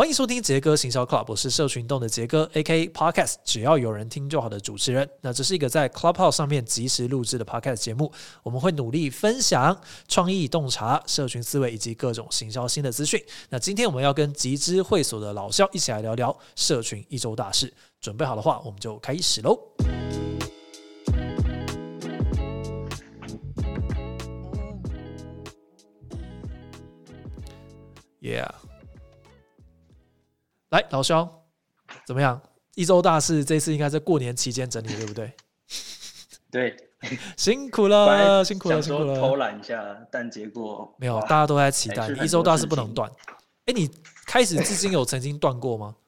欢迎收听杰哥行销 Club， 我是社群动的杰哥 ，A.K.A. Podcast， 只要有人听就好的主持人。那这是一个在 Clubhouse 上面即时录制的 Podcast 节目，我们会努力分享创意洞察、社群思维以及各种行销新的资讯。那今天我们要跟集资会所的老肖一起来聊聊社群一周大事。准备好的话，我们就开始喽。Yeah。来，老肖，怎么样？一周大事这次应该在过年期间整理，对不对？ 对， 辛苦了，辛苦了，辛苦了。 偷懒一下，但结果没有，大家都在期待。你一周大事不能断。你开始至今有曾经断过吗？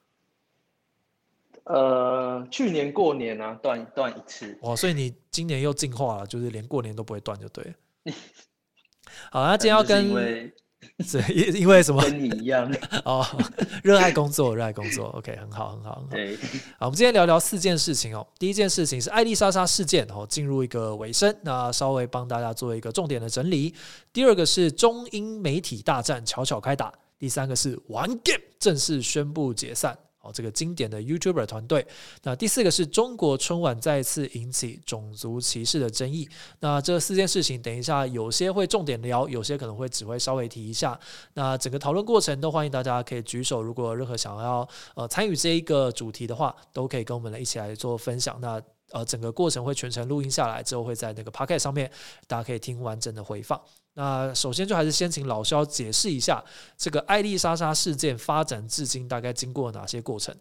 去年过年啊，断一次。 哇，所以你今年又进化了，就是连过年都不会断就对了。好，那今天要跟。是因为什么？ 跟你一样哦，热爱工作，热爱工作。OK， 很好，很好，很好。 对， 好，我们今天聊聊4件事情哦。第一件事情是艾丽莎莎事件，进入一个尾声，那稍微帮大家做一个重点的整理。第二个是中英媒体大战悄悄开打。第三个是玩 Game 正式宣布解散。这个经典的 YouTuber 团队。那第4个是中国春晚再次引起种族歧视的争议。那这4件事情等一下有些会重点聊，有些可能会只会稍微提一下。那整个讨论过程都欢迎大家可以举手，如果有任何想要参与这一个主题的话，都可以跟我们一起来做分享。那整个过程会全程录音下来，之后会在那个 Podcast 上面，大家可以听完整的回放。那首先就还是先请老肖解释一下这个艾丽莎莎事件发展至今大概经过哪些过程。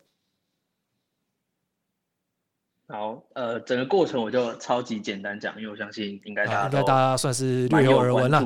好，整个过程我就超级简单讲，因为我相信应该大家算是略有耳闻了。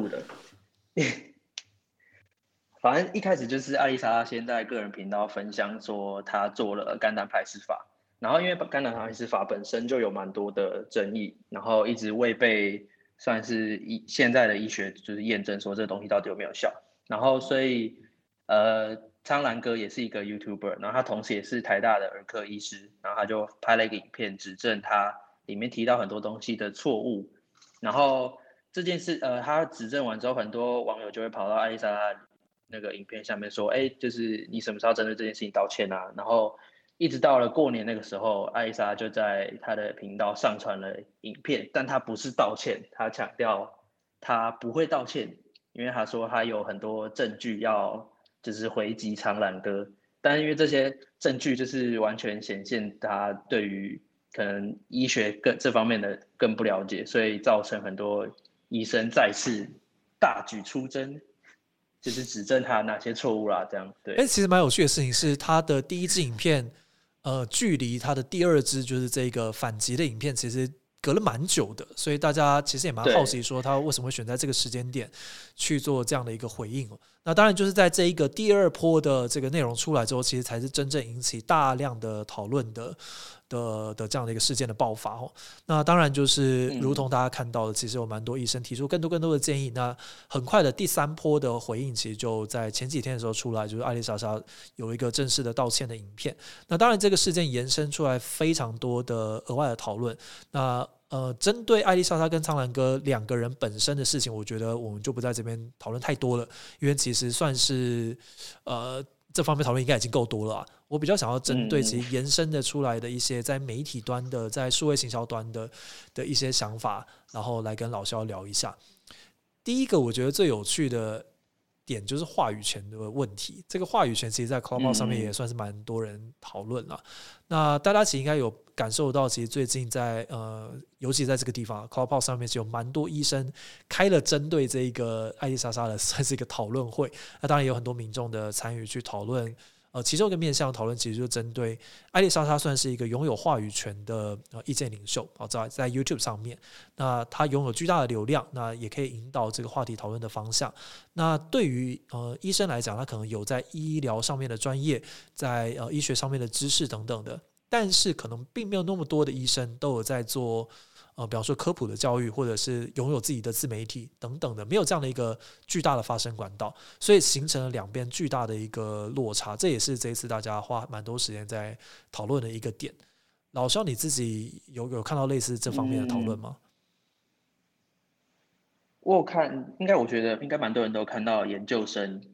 反正一开始就是艾丽莎莎先在个人频道分享说她做了肝胆排石法，然后因为肝胆排石法本身就有蛮多的争议，然后一直未被算是现在的医学就是验证说这个东西到底有没有效，然后所以苍兰哥也是一个 YouTuber， 然后他同时也是台大的儿科医师，然后他就拍了一个影片指正他里面提到很多东西的错误，然后这件事他指正完之后，很多网友就会跑到艾丽莎那个影片下面说，就是你什么时候针对这件事情道歉啊？然后一直到了过年那个时候，艾丽莎就在她的频道上传了影片，但她不是道歉，她强调她不会道歉，因为她说她有很多证据要就是回击苍兰哥，但因为这些证据就是完全显现她对于可能医学这方面的更不了解，所以造成很多医生再次大举出征。就是指正他哪些错误啦，这样对。 其实蛮有趣的事情是，他的第一支影片，距离他的第2支就是这个反击的影片，其实隔了蛮久的，所以大家其实也蛮好奇，说他为什么会选在这个时间点去做这样的一个回应。那当然就是在这一个第2波的这个内容出来之后，其实才是真正引起大量的讨论的这样的一个事件的爆发。那当然就是如同大家看到的，其实有蛮多医生提出更多的建议。那很快的第3波的回应其实就在前几天的时候出来，就是艾丽莎莎有一个正式的道歉的影片。那当然这个事件延伸出来非常多的额外的讨论。那针对艾丽莎莎跟苍兰哥2个人本身的事情，我觉得我们就不在这边讨论太多了，因为其实算是这方面讨论应该已经够多了啊。我比较想要针对其实延伸的出来的一些在媒体端的、在数位行销端的一些想法，然后来跟老肖聊一下。第一个我觉得最有趣的点就是话语权的问题。这个话语权其实在 Clubhouse 上面也算是蛮多人讨论了。那大家其实应该有感受到，其实最近在尤其在这个地方 Clubhouse 上面是有蛮多医生开了针对这个艾丽莎莎的算是一个讨论会。那当然有很多民众的参与去讨论。其中一个面向讨论其实就针对艾丽莎莎算是一个拥有话语权的意见领袖，在 YouTube 上面，那她拥有巨大的流量，那也可以引导这个话题讨论的方向。那对于医生来讲，他可能有在医疗上面的专业，在医学上面的知识等等的，但是可能并没有那么多的医生都有在做比方说科普的教育，或者是拥有自己的自媒体等等的，没有这样的一个巨大的发声管道，所以形成了2边巨大的一个落差。这也是这一次大家花蛮多时间在讨论的一个点。老肖，你自己有看到类似这方面的讨论吗？ 我有看，我觉得应该蛮多人都看到研究生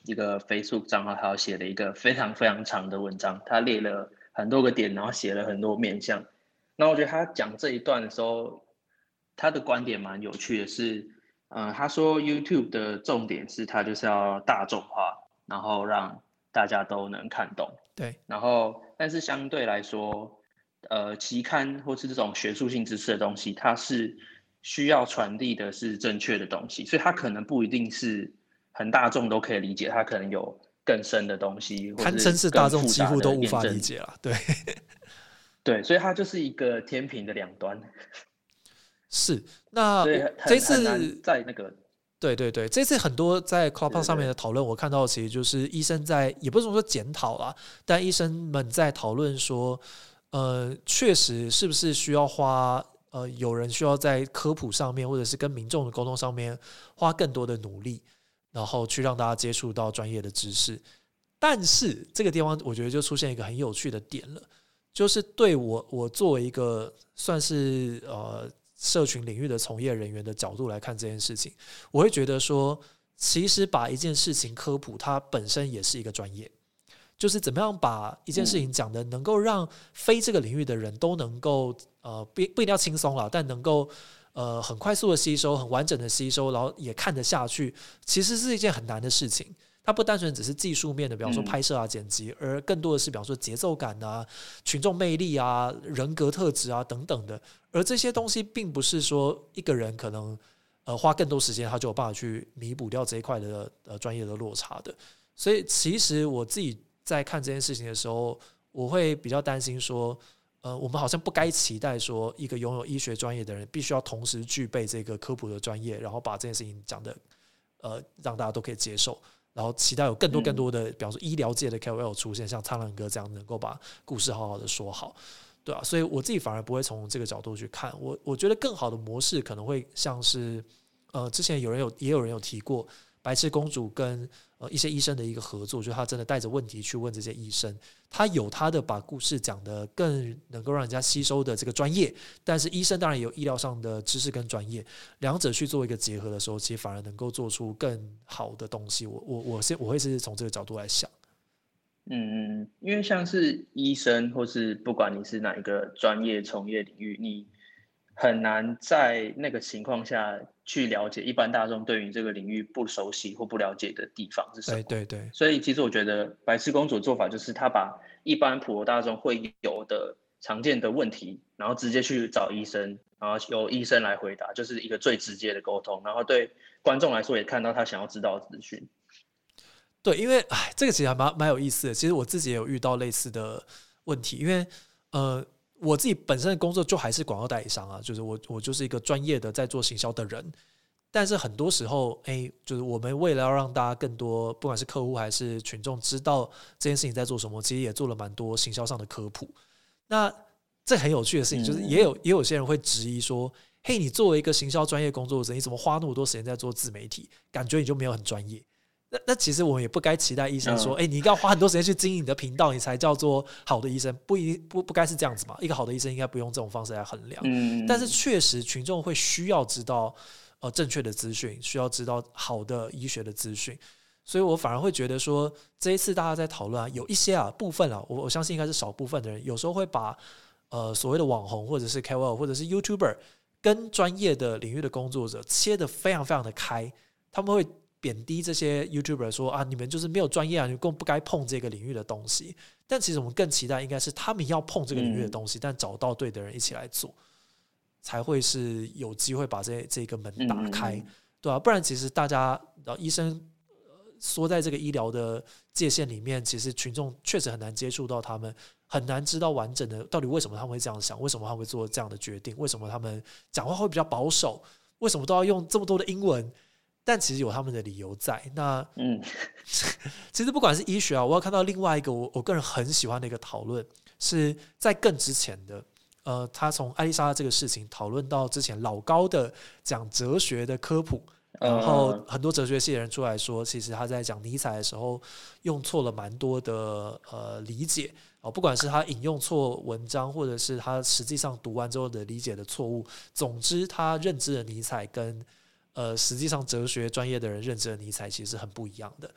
一个 Facebook 账号，他写了一个非常非常长的文章，他列了很多个点，然后写了很多面向。那我觉得他讲这一段的时候，他的观点蛮有趣的是，他说 YouTube 的重点是它就是要大众化，然后让大家都能看懂。 对， 然后但是相对来说，期刊或是这种学术性知识的东西，它是需要传递的是正确的东西，所以它可能不一定是很大众都可以理解，它可能有更深的东西，或堪称是大众几乎都无法理解了。对， 对，所以它就是一个天平的两端。 是，那所以这次在那个对对对，这次很多在 Clubhouse 上面的讨论，我看到其实就是医生在，也不是说检讨啦，但医生们在讨论说，确实是不是需要花有人需要在科普上面，或者是跟民众的沟通上面花更多的努力，然后去让大家接触到专业的知识。但是这个地方我觉得就出现一个很有趣的点了，就是对我作为一个算是社群领域的从业人员的角度来看这件事情，我会觉得说，其实把一件事情科普，它本身也是一个专业，就是怎么样把一件事情讲的能够让非这个领域的人都能够不一定要轻松啦，但能够很快速的吸收，很完整的吸收，然后也看得下去，其实是一件很难的事情。它不单纯只是技术面的，比方说拍摄啊、剪辑，而更多的是比方说节奏感啊、群众魅力啊、人格特质啊等等的。而这些东西并不是说一个人可能花更多时间，他就有办法去弥补掉这一块的专业的落差的。所以其实我自己在看这件事情的时候，我会比较担心说，我们好像不该期待说一个拥有医学专业的人必须要同时具备这个科普的专业，然后把这件事情讲的让大家都可以接受。然后期待有更多的，比方说医疗界的 KOL 出现，像苍兰哥这样能够把故事好好的说好，对啊，所以我自己反而不会从这个角度去看，我觉得更好的模式可能会像是，之前也有人有提过，白痴公主跟一些医生的一个合作，就是他真的带着问题去问这些医生，他有他的把故事讲得更能够让人家吸收的这个专业，但是医生当然也有医疗上的知识跟专业，两者去做一个结合的时候，其实反而能够做出更好的东西。我会是从这个角度来想。 因为像是医生，或是不管你是哪一个专业从业领域，你很难在那个情况下去了解一般大众对于这个领域不熟悉或不了解的地方是什么。 对对对， 所以其实我觉得白痴公主的做法就是他把一般普罗大众会有的常见的问题，然后直接去找医生，然后由医生来回答，就是一个最直接的沟通，然后对观众来说也看到他想要知道的资讯。 对，因为这个其实还蛮有意思的。其实我自己也有遇到类似的问题，因为我自己本身的工作就还是广告代理商啊，就是我就是一个专业的在做行销的人，但是很多时候，就是我们为了要让大家更多，不管是客户还是群众知道这件事情在做什么，其实也做了蛮多行销上的科普。那这很有趣的事情就是，也有些人会质疑说，嘿，你作为一个行销专业工作者，你怎么花那么多时间在做自媒体？感觉你就没有很专业。那其实我们也不该期待医生说，你应该花很多时间去经营你的频道，你才叫做好的医生，不该是这样子嘛？一个好的医生应该不用这种方式来衡量。但是确实群众会需要知道正确的资讯，需要知道好的医学的资讯，所以我反而会觉得说，这一次大家在讨论有一些部分我相信应该是少部分的人，有时候会把所谓的网红或者是 KOL 或者是 YouTuber 跟专业的领域的工作者切得非常非常的开，他们会贬低这些 YouTuber 说你们就是没有专业你们更不该碰这个领域的东西。但其实我们更期待应该是他们要碰这个领域的东西，但找到对的人一起来做，才会是有机会把这个门打开，对啊，不然其实大家医生缩在这个医疗的界限里面，其实群众确实很难接触到他们，很难知道完整的到底为什么他们会这样想，为什么他们会做这样的决定，为什么他们讲话会比较保守，为什么都要用这么多的英文。但其实有他们的理由在。那其实不管是医学我要看到另外一个我个人很喜欢的一个讨论，是在更之前的他从艾丽莎这个事情讨论到之前老高的讲哲学的科普，然后很多哲学系的人出来说，其实他在讲尼采的时候用错了蛮多的理解不管是他引用错文章，或者是他实际上读完之后的理解的错误，总之他认知的尼采跟实际上哲学专业的人认知的尼采其实是很不一样的。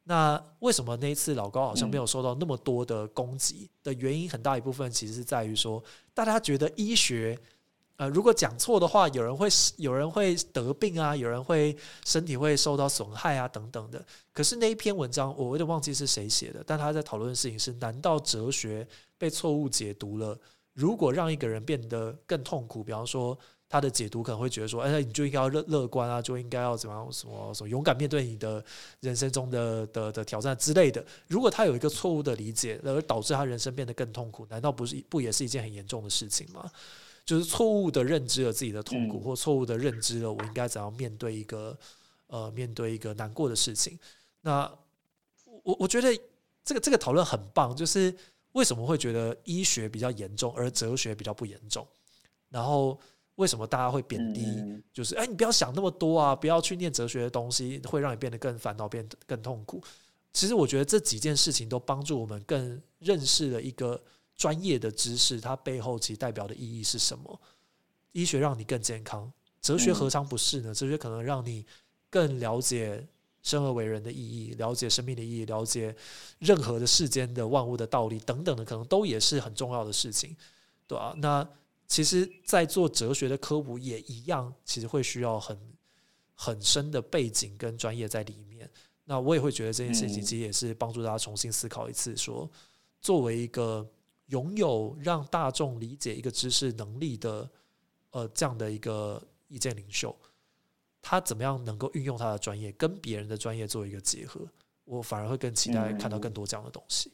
那为什么那一次老高好像没有受到那么多的攻击的原因，很大一部分其实是在于说，大家觉得医学如果讲错的话，有人会得病啊，有人会身体会受到损害啊等等的。可是那一篇文章我有点忘记是谁写的，但他在讨论的事情是：难道哲学被错误解读了？如果让一个人变得更痛苦，比方说他的解读可能会觉得说，你就应该要乐观啊，就应该要怎么样什么勇敢面对你的人生中的挑战之类的。如果他有一个错误的理解，而导致他人生变得更痛苦，难道不也是一件很严重的事情吗？就是错误的认知了自己的痛苦，或错误的认知了我应该怎样面对一个难过的事情。那我觉得这个讨论很棒，就是为什么会觉得医学比较严重，而哲学比较不严重？然后为什么大家会贬低？就是你不要想那么多啊，不要去念哲学的东西，会让你变得更烦恼，变得更痛苦。其实我觉得这几件事情都帮助我们更认识了一个专业的知识，它背后其实代表的意义是什么？医学让你更健康，哲学何尝不是呢？哲学可能让你更了解生而为人的意义，了解生命的意义，了解任何的世间的万物的道理等等的，可能都也是很重要的事情，对吧？那其实，在做哲学的科普也一样，其实会需要很深的背景跟专业在里面。那我也会觉得这件事情其实也是帮助大家重新思考一次，说作为一个拥有让大众理解一个知识能力的这样的一个意见领袖，他怎么样能够运用他的专业跟别人的专业做一个结合，我反而会更期待看到更多这样的东西。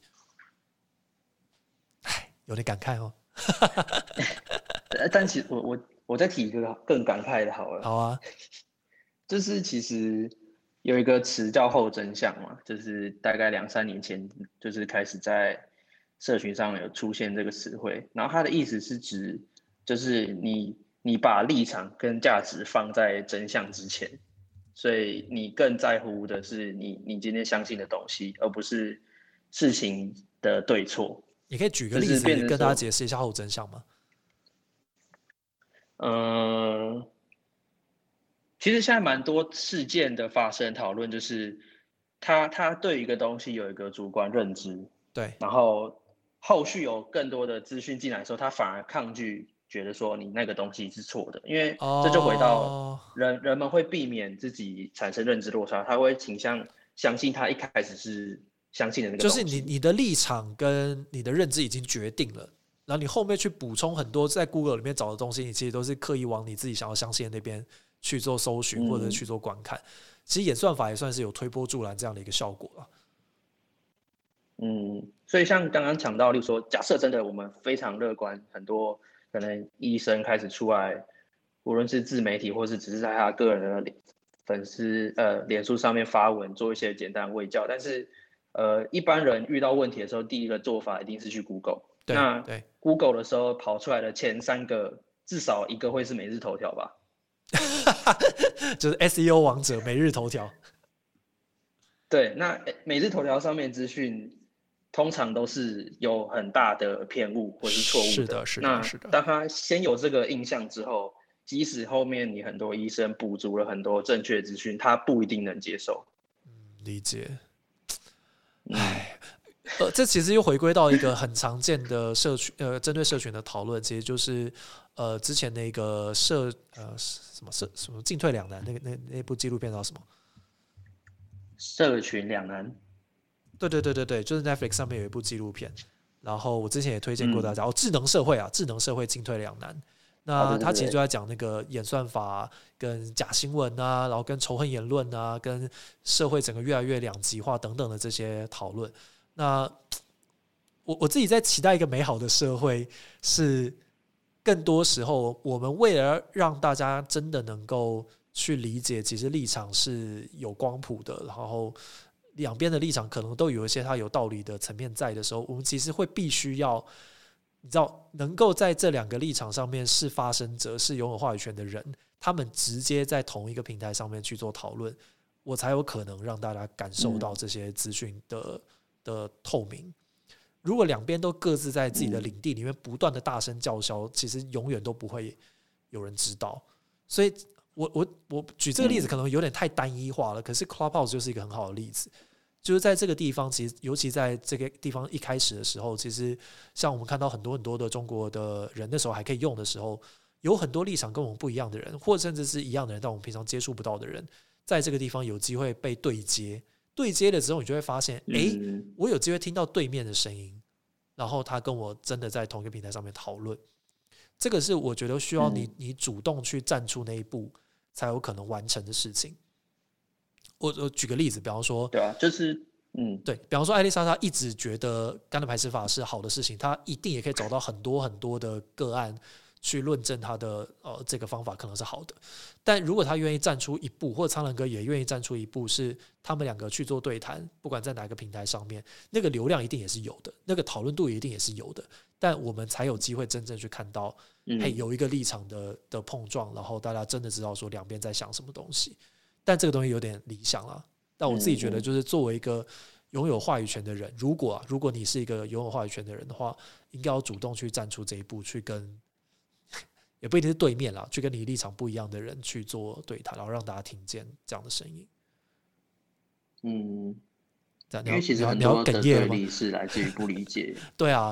有点感慨哦。 但其实我再提一个更感慨的好了。 好啊。 就是其实有一个词叫后真相嘛，就是大概2-3年前就是开始在社群上有出现这个词汇，然后它的意思是指就是你把立场跟价值放在真相之前，所以你更在乎的是你今天相信的东西，而不是事情的对错。 你可以举个例子跟大家解释一下后真相吗？ 其实现在蛮多事件的发生讨论，就是他对一个东西有一个主观认知， 对， 然后后续有更多的资讯进来的时候，他反而抗拒，觉得说你那个东西是错的，因为这就回到人们会避免自己产生认知落差，他会倾向相信他一开始是相信的那个东西， 就是你的立场跟你的认知已经决定了，然后你后面去补充很多在 Google 里面找的东西，你其实都是刻意往你自己想要相信的那边去做搜寻或者去做观看。其实演算法也算是有推波助澜这样的一个效果了。 所以像刚刚讲到，例如说，假设真的我们非常乐观，很多可能医生开始出来，无论是自媒体或是只是在他个人的粉丝脸书上面发文，做一些简单的卫教，但是一般人遇到问题的时候，第一个做法一定是去 Google。那 Google 的时候跑出来的前3个，至少1个会是每日头条吧？ 就是 SEO 王者每日头条。 对，那每日头条上面资讯通常都是有很大的偏误或是错误的。 是的，是的，是的。 当他先有这个印象之后，即使后面你很多医生补足了很多正确资讯，他不一定能接受。 理解。这其实又回归到一个很常见的社群针对社群的讨论，其实就是之前那个什么进退两难那部纪录片叫什么？ 社群两难。 对，就是 Netflix 上面有一部纪录片，然后我之前也推荐过大家。智能社会啊，智能社会进退两难。那他其实就在讲那个演算法跟假新闻啊，然后跟仇恨言论啊，跟社会整个越来越两极化等等的这些讨论。那我自己在期待一个美好的社会，是更多时候我们为了让大家真的能够去理解，其实立场是有光谱的，然后两边的立场可能都有一些它有道理的层面在的时候，我们其实会必须要你知道能够在这2个立场上面是发声者，是拥有话语权的人，他们直接在同一个平台上面去做讨论，我才有可能让大家感受到这些资讯的透明。如果两边都各自在自己的领地里面不断的大声叫嚣，其实永远都不会有人知道。所以我举这个例子可能有点太单一化了，可是 Clubhouse 就是一个很好的例子。 就是在这个地方，其实尤其在这个地方一开始的时候，其实像我们看到很多很多的中国的人那时候还可以用的时候，有很多立场跟我们不一样的人，或甚至是一样的人，但我们平常接触不到的人，在这个地方有机会被对接。对接了之后，你就会发现，我有机会听到对面的声音，然后他跟我真的在同一个平台上面讨论。这个是我觉得需要你主动去站出那一步，才有可能完成的事情。我举个例子，比方说， 对啊，就是对，比方说艾丽莎她一直觉得肝的排斥法是好的事情，她一定也可以找到很多很多的个案去论证她的这个方法可能是好的。但如果她愿意站出一步，或者苍狼哥也愿意站出一步，是他们两个去做对谈，不管在哪个平台上面，那个流量一定也是有的，那个讨论度一定也是有的，但我们才有机会真正去看到，有一个立场的碰撞，然后大家真的知道说两边在想什么东西。但这个东西有点理想啦，但我自己觉得，就是作为一个拥有话语权的人，如果你是一个拥有话语权的人的话，应该要主动去站出这一步，去跟也不一定是对面啦，去跟你立场不一样的人去做对谈，然后让大家听见这样的声音。 因为其实很多的对立是来自于不理解。 对啊。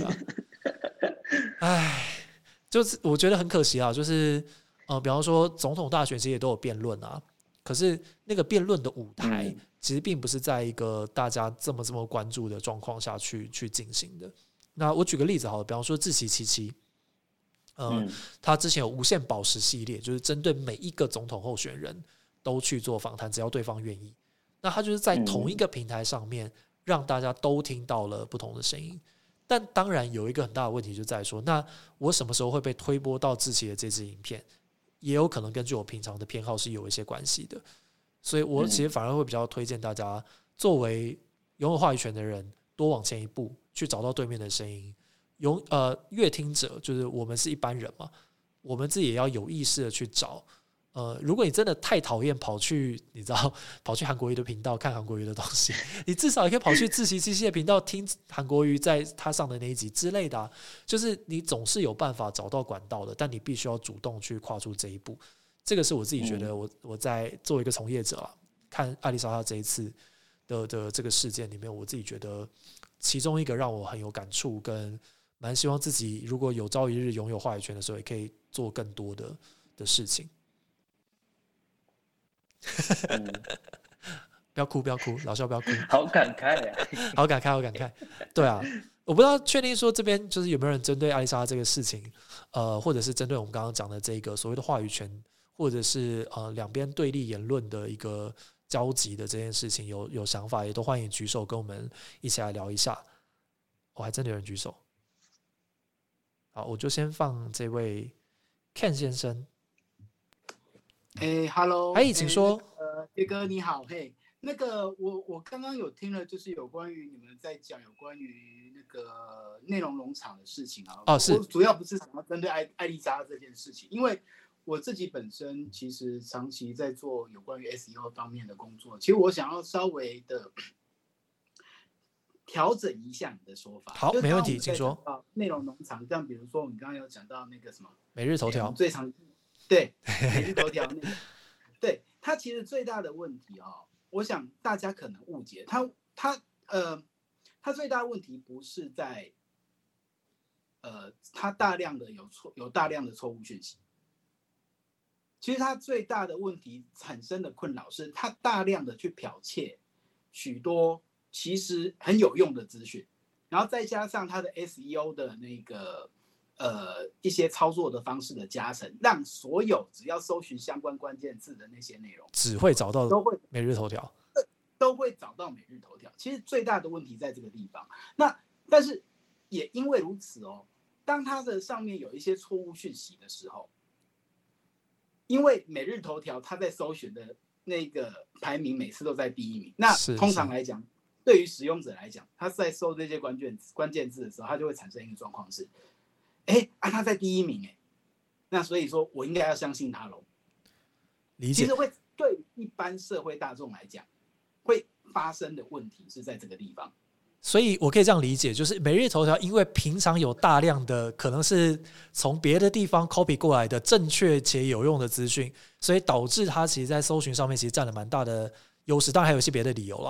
唉，就是我觉得很可惜啊，就是比方说总统大选其实也都有辩论啊。可是那个辩论的舞台其实并不是在一个大家这么关注的状况下去进行的。那我举个例子好了，比方说志祺七七，他之前有无限宝石系列，就是针对每一个总统候选人都去做访谈，只要对方愿意。那他就是在同一个平台上面让大家都听到了不同的声音。但当然有一个很大的问题就在说，那我什么时候会被推播到志祺的这支影片？也有可能根据我平常的偏好是有一些关系的，所以我其实反而会比较推荐大家，作为拥有话语权的人，多往前一步，去找到对面的声音。乐听者就是我们是一般人嘛，我们自己也要有意识的去找。如果你真的太讨厌跑去韩国瑜的频道看韩国瑜的东西，你至少也可以跑去志祺七七的频道听韩国瑜在他上的那一集之类的啊。就是你总是有办法找到管道的，但你必须要主动去跨出这一步。这个是我自己觉得我在作为一个从业者啊，看艾丽莎她这一次的这个事件里面，我自己觉得其中一个让我很有感触，跟蛮希望自己如果有朝一日拥有话语权的时候，也可以做更多的事情。不要哭，老肖不要哭， 好感慨啊， 好感慨。对啊，我不知道确定说这边就是有没有人针对艾丽莎这个事情，或者是针对我们刚刚讲的这个所谓的话语权，或者是两边对立言论的一个交集的这件事情有想法，也都欢迎举手跟我们一起来聊一下。还真的有人举手。好，我就先放这位 Ken 先生。 Hello， 请说。 杰哥你好，那个我刚刚有听了，就是有关于你们在讲有关于那个内容农场的事情啊。 是。 我主要不是想要针对艾丽莎这件事情，因为我自己本身其实长期在做有关于 SEO 方面的工作，其实我想要稍微的调整一下你的说法。 好，没问题，请说。 内容农场，像比如说我们刚刚有讲到那个什么每日头条， 最常对每日头条那个，对它其实最大的问题我想大家可能误解它最大的问题不是在它大量的有大量的错误讯息。其实它最大的问题产生的困扰是它大量的去剽窃许多其实很有用的资讯，然后再加上它的 SEO 的那个一些操作的方式的加成，让所有只要搜寻相关关键字的那些内容只会找到每日头条， 都会找到每日头条。其实最大的问题在这个地方。但是也因为如此当它的上面有一些错误讯息的时候，因为每日头条它在搜寻的那个排名每次都在第一名，那通常来讲，对于使用者来讲，他在搜这些关键字的时候，他就会产生一个状况是，他在第一名那所以说我应该要相信他喽。 理解。 其实会对一般社会大众来讲，会发生的问题是在这个地方。 所以我可以这样理解，就是每日头条因为平常有大量的可能是从别的地方 copy 过来的正确且有用的资讯，所以导致它其实在搜寻上面其实占了蛮大的优势，当然还有一些别的理由啦。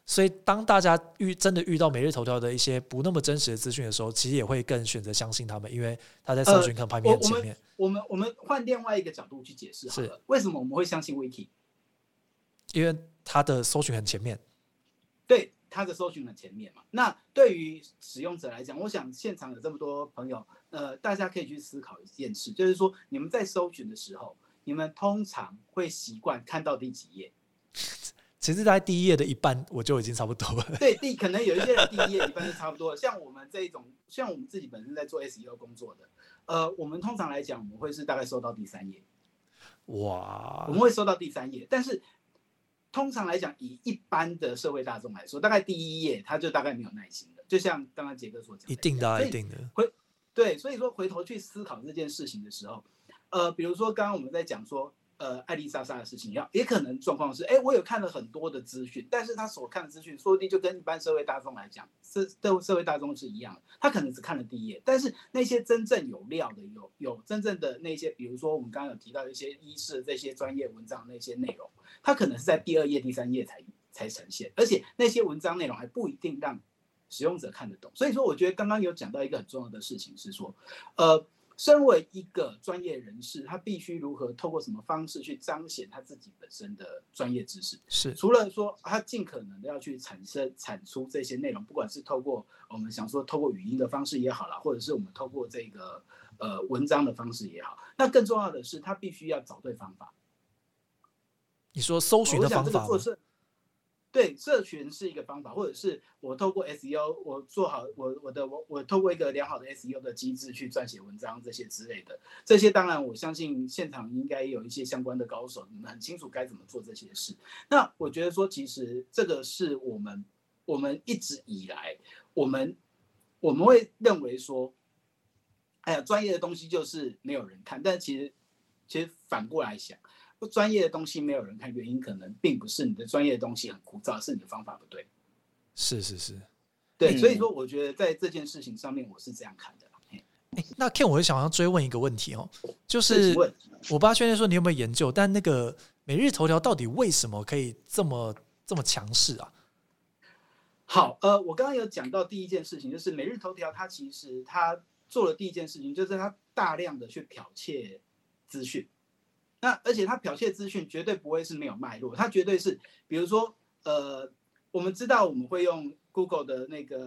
所以当大家真的遇到每日头条的一些不那么真实的资讯的时候，其实也会更选择相信他们，因为他在搜寻可能排名很前面。 我们换另外一个角度去解释好了，为什么我们会相信 Wiki？ 因为他的搜寻很前面。 对，他的搜寻很前面嘛。那对于使用者来讲，我想现场有这么多朋友，大家可以去思考一件事，就是说你们在搜寻的时候，你们通常会习惯看到第几页？ 其实在第一页的一半我就已经差不多了。 对，可能有一些人第一页一半就差不多了。像我们这一种，像我们自己本身在做 SEO 工作的，我们通常来讲，我们会是大概收到第3页。 哇！ 我们会收到第3页，但是通常来讲，以一般的社会大众来说，大概第1页他就大概没有耐心了。就像刚刚杰哥所讲的， 一定的啊，一定的。 对，所以说回头去思考这件事情的时候，比如说刚刚我们在讲说，艾丽莎莎的事情，也可能状况是，我有看了很多的资讯，但是他所看的资讯，说不定就跟一般社会大众来讲，社会大众是一样的，他可能只看了第1页，但是那些真正有料的，有真正的那些，比如说我们刚刚有提到一些医师的这些专业文章那些内容，他可能是在第2页、第3页才呈现，而且那些文章内容还不一定让使用者看得懂。所以说，我觉得刚刚有讲到一个很重要的事情是说，身为一个专业人士，他必须如何透过什么方式去彰显他自己本身的专业知识？ 是除了说他尽可能的要去产出这些内容，不管是透过我们想说透过语音的方式也好啦，或者是我们透过这个文章的方式也好，那更重要的是他必须要找对方法。 你说搜寻的方法吗？ 对，社群是一个方法，或者是我透过 SEO， 我做好我透过一个良好的 SEO 的机制去撰写文章这些之类的，这些当然我相信现场应该有一些相关的高手，你们很清楚该怎么做这些事。那我觉得说，其实这个是我们一直以来，我们会认为说，哎呀，专业的东西就是没有人看，但其实反过来想。专业的东西没有人看，原因可能并不是你的专业的东西很枯燥，是你的方法不对。 是， 对，所以说我觉得在这件事情上面我是这样看的。 那 Ken 我想要追问一个问题哦，就是我不知道确定说你有没有研究，但那个每日头条到底为什么可以这么强势啊？ 好，我刚刚有讲到第一件事情，就是每日头条它其实它做的第一件事情，就是它大量的去剽窃资讯。那而且它剽窃资讯绝对不会是没有脉络，它绝对是，比如说，我们知道我们会用 Google 的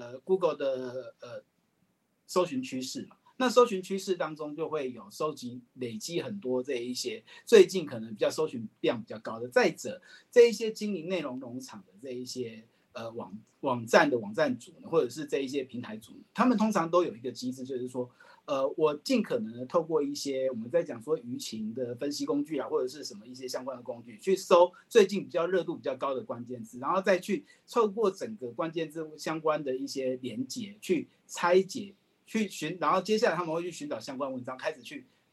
搜寻趋势嘛，那搜寻趋势当中就会有累积很多这一些最近可能比较搜寻量比较高的，再者这一些经营内容农场的这一些网站的网站主呢，或者是这一些平台主，他们通常都有一个机制，就是说。我尽可能的透过一些我们在讲说舆情的分析工具啊，或者是什么一些相关的工具，去搜最近比较热度比较高的关键字，然后再去透过整个关键字相关的一些连结去拆解，然后接下来他们会去寻找相关文章，开始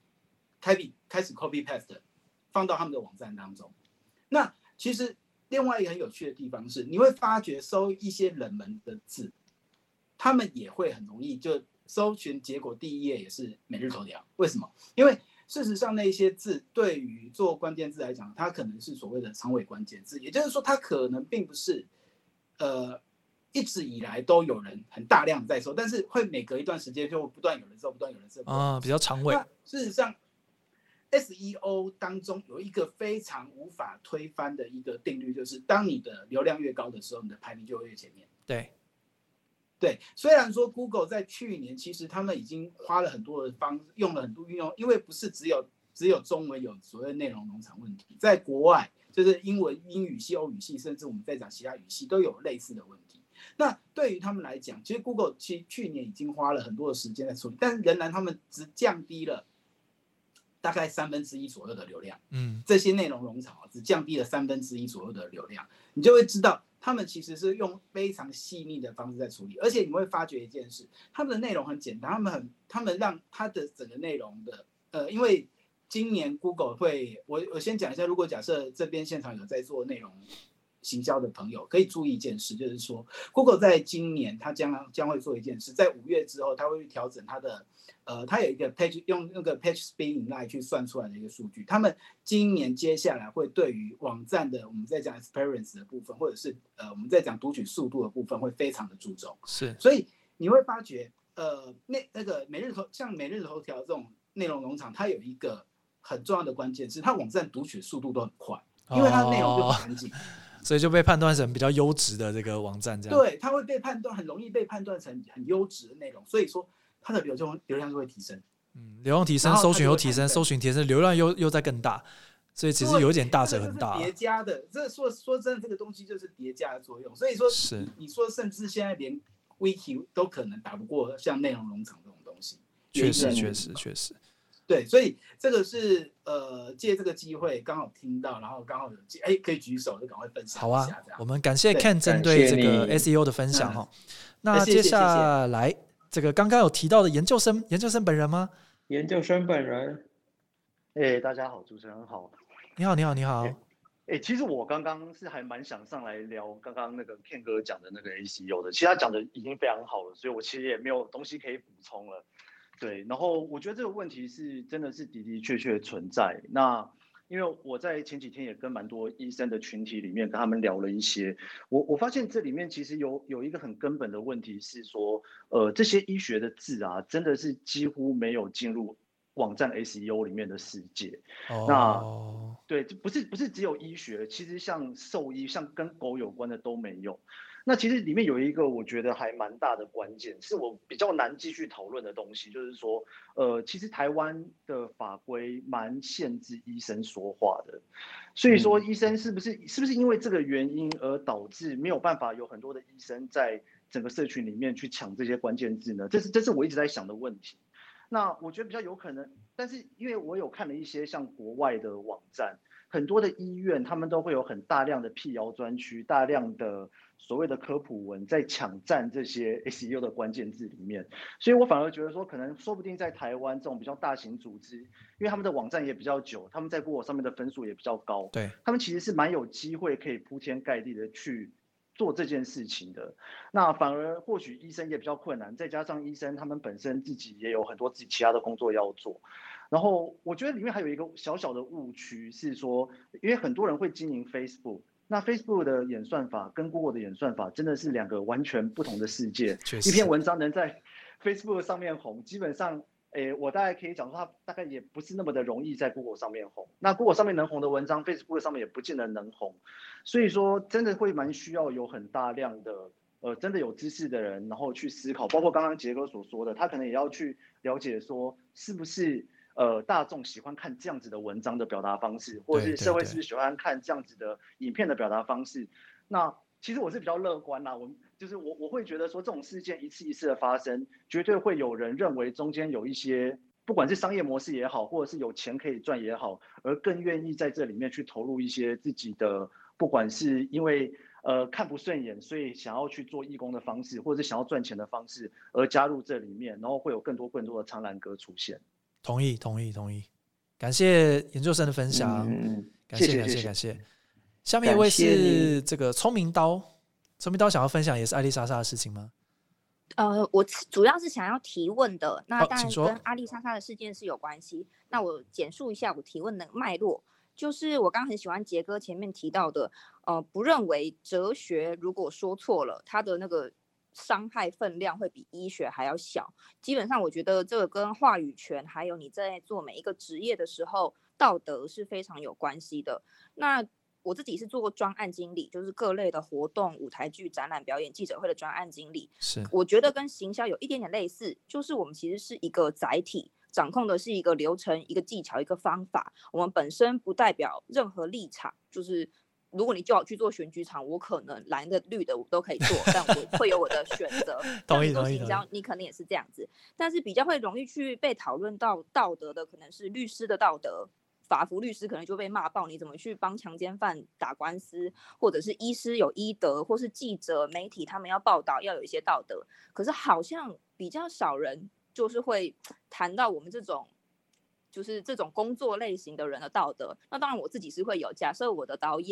copy paste 放到他们的网站当中。那其实另外一个很有趣的地方是，你会发觉搜一些冷门的字，他们也会很容易就。搜寻结果第一页也是每日头条，为什么？因为事实上那些字对于做关键字来讲，它可能是所谓的长尾关键字，也就是说它可能并不是一直以来都有人很大量在搜，但是会每隔一段时间就不断有人搜， 比较长尾。 事实上 SEO 当中有一个非常无法推翻的一个定律，就是当你的流量越高的时候，你的排名就会越前面。对，虽然说 Google 在去年其实他们已经花了很多的用了很多运用，因为不是只有中文有所谓内容农场问题，在国外就是英语系、欧语系，甚至我们在讲其他语系都有类似的问题。那对于他们来讲，其实 Google 去年已经花了很多的时间在处理，但是仍然他们只降低了大概1/3左右的流量。这些内容农场只降低了1/3左右的流量，你就会知道。他们其实是用非常细腻的方式在处理，而且你会发觉一件事，他们的内容很简单，他们让他的整个内容的因为今年 Google 会，我先讲一下，如果假设这边现场有在做内容行销的朋友可以注意一件事，就是说 Google 在今年它将会做一件事，在5月之后，它会去调整它的它有一个 page 用那个 page speed inline 去算出来的一个数据，他们今年接下来会对于网站的我们在讲 experience 的部分，或者是我们在讲读取速度的部分会非常的注重， 是， 所以你会发觉那个像每日头条这种内容农场，它有一个很重要的关键是它网站读取速度都很快，因为它的内容就很干净。 所以就被判断成比较优质的这个网站，这样对，它会被判断很容易被判断成很优质的内容，所以说它的流量就会提升。 流量提升，搜寻又提升，搜寻提升，流量又在更大，所以其实有一点大者很大。 这是叠加的，这说真的，这个东西就是叠加的作用。所以说，你说甚至现在连 Wiki 都可能打不过像内容农场这种东西。 确实。 对，所以这个是借这个机会刚好听到，然后刚好有可以举手就赶快分享一下。 好啊，我们感谢 Ken 针对这个 SEO 的分享哈。那接下来这个刚刚有提到的研究生本人吗？ 研究生本人， 大家好，主持人好。 你好。 其实我刚刚是还蛮想上来聊刚刚那个 Ken 哥讲的那个 SEO 的，其实他讲的已经非常好了，所以我其实也没有东西可以补充了。对，然后我觉得这个问题是真的是的确存在。那因为我在前几天也跟蛮多医生的群体里面跟他们聊了一些，我发现这里面其实有一个很根本的问题是说，这些医学的字啊，真的是几乎没有进入网站 SEO 里面的世界。那对，不是只有医学，其实像兽医，像跟狗有关的都没有。那其实里面有一个我觉得还蛮大的关键，是我比较难继续讨论的东西，就是说，其实台湾的法规蛮限制医生说话的，所以说医生是不是因为这个原因而导致没有办法有很多的医生在整个社群里面去抢这些关键字呢？这是我一直在想的问题。那我觉得比较有可能，但是因为我有看了一些像国外的网站，很多的医院他们都会有很大量的辟谣专区，大量的所谓的科普文在抢占这些 SEO 的关键字里面，所以我反而觉得说，说不定在台湾这种比较大型组织，因为他们的网站也比较久，他们在 Google 上面的分数也比较高， 对， 他们其实是蛮有机会可以铺天盖地的去做这件事情的。那反而或许医生也比较困难，再加上医生他们本身自己也有很多自己其他的工作要做。然后我觉得里面还有一个小小的误区是说，因为很多人会经营 Facebook， 那 Facebook 的演算法跟 Google 的演算法真的是两个完全不同的世界。一篇文章能在 Facebook 上面红，基本上我大概可以讲说它大概也不是那么的容易在 Google 上面红。那 Google 上面能红的文章 Facebook 上面也不见得能红，所以说真的会蛮需要有很大量的真的有知识的人，然后去思考，包括刚刚杰哥所说的，他可能也要去了解说是不是大众喜欢看这样子的文章的表达方式，或者是社会是不是喜欢看这样子的影片的表达方式。那其实我是比较乐观啦，我会觉得说这种事件一次一次的发生，绝对会有人认为中间有一些不管是商业模式也好，或者是有钱可以赚也好，而更愿意在这里面去投入一些自己的，不管是因为看不顺眼，所以想要去做义工的方式，或者是想要赚钱的方式而加入这里面，然后会有更多的苍蓝鸽出现。 同意，感谢研究生的分享，感谢。下面一位是这个聪明刀想要分享也是艾丽莎莎的事情吗？ 我主要是想要提问的，那当然请说。 跟阿丽莎莎的事件是有关系。那我简述一下我提问的脉络，就是我刚刚很喜欢杰哥前面提到的，不认为哲学如果说错了，它的那个伤害分量会比医学还要小。基本上我觉得这个跟话语权还有你在做每一个职业的时候道德是非常有关系的。那我自己是做过专案经理，就是各类的活动、舞台剧、展览、表演、记者会的专案经理。 是， 我觉得跟行销有一点点类似，就是我们其实是一个载体，掌控的是一个流程、一个技巧、一个方法。我们本身不代表任何立场，就是如果你叫我去做选举场，我可能蓝的绿的我都可以做，但我会有我的选择。 同意。 你可能也是这样子，但是比较会容易去被讨论到道德的，可能是律师的道德。法服律师可能就被骂爆，你怎么去帮强奸犯打官司，或者是医师有医德，或是记者媒体他们要报道要有一些道德。可是好像比较少人就是会谈到我们这种就是这种工作类型的人的道德。那当然我自己是会有，假设我的导演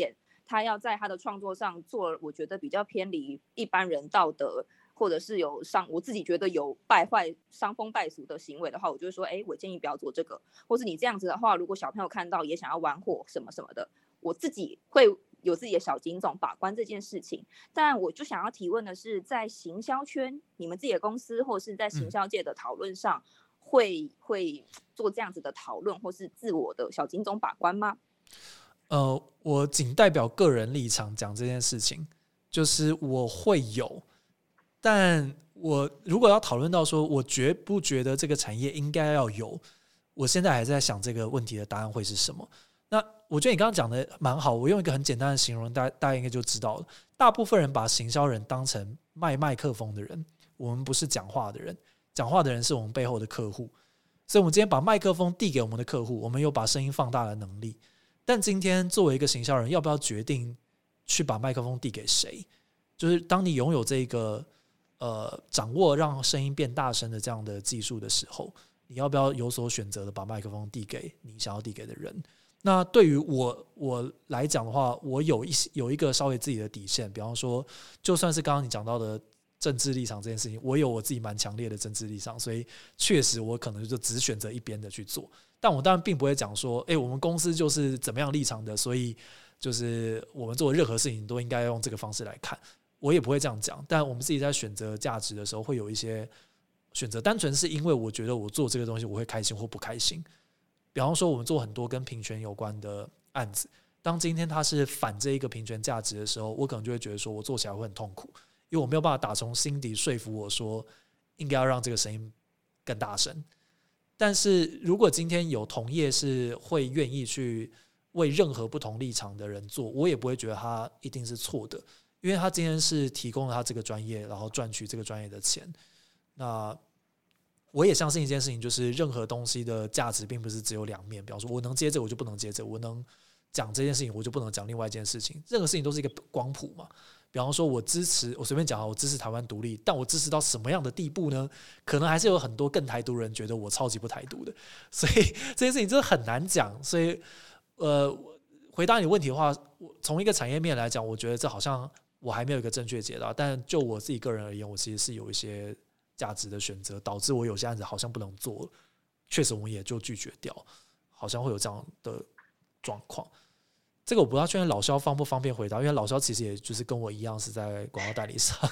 他要在他的创作上做我觉得比较偏离一般人道德，或者是我自己觉得有败坏伤风败俗的行为的话，我就会说，我建议不要做这个，或是你这样子的话，如果小朋友看到也想要玩火什么什么的，我自己会有自己的小警总把关这件事情。但我就想要提问的是，在行销圈，你们自己的公司或是在行销界的讨论上，会做这样子的讨论，或是自我的小警总把关吗？ 我仅代表个人立场讲这件事情，就是我会有，但我如果要讨论到说我觉不觉得这个产业应该要有，我现在还在想这个问题的答案会是什么。那我觉得你刚刚讲的蛮好，我用一个很简单的形容，大家应该就知道了。大部分人把行销人当成卖麦克风的人，我们不是讲话的人，讲话的人是我们背后的客户。所以我们今天把麦克风递给我们的客户，我们有把声音放大的能力。但今天作为一个行销人，要不要决定去把麦克风递给谁？就是当你拥有这个掌握让声音变大声的这样的技术的时候，你要不要有所选择的把麦克风递给你想要递给的人？那对于我来讲的话，我有一个稍微自己的底线，比方说，就算是刚刚你讲到的政治立场这件事情，我有我自己蛮强烈的政治立场，所以确实我可能就只选择一边的去做。但我当然并不会讲说，我们公司就是怎么样立场的，所以就是我们做的任何事情都应该用这个方式来看，我也不会这样讲。但我们自己在选择价值的时候，会有一些选择，单纯是因为我觉得我做这个东西我会开心或不开心。比方说我们做很多跟平权有关的案子，当今天他是反这一个平权价值的时候，我可能就会觉得说我做起来会很痛苦，因为我没有办法打从心底说服我说应该要让这个声音更大声。但是如果今天有同业是会愿意去为任何不同立场的人做，我也不会觉得他一定是错的，因为他今天是提供了他这个专业，然后赚取这个专业的钱。那我也相信一件事情，就是任何东西的价值并不是只有两面。比方说我能接着我就不能接着，我能讲这件事情我就不能讲另外一件事情，任何事情都是一个光谱嘛。比方说我随便讲，我支持台湾独立，但我支持到什么样的地步呢？可能还是有很多更台独人觉得我超级不台独的，所以这件事情真的很难讲。所以回答你问题的话，从一个产业面来讲，我觉得这好像我还没有一个正确解答，但就我自己个人而言，我其实是有一些价值的选择，导致我有些案子好像不能做了，确实我们也就拒绝掉，好像会有这样的状况。这个我不知道确认老萧方不方便回答，因为老萧其实也就是跟我一样是在广告代理商。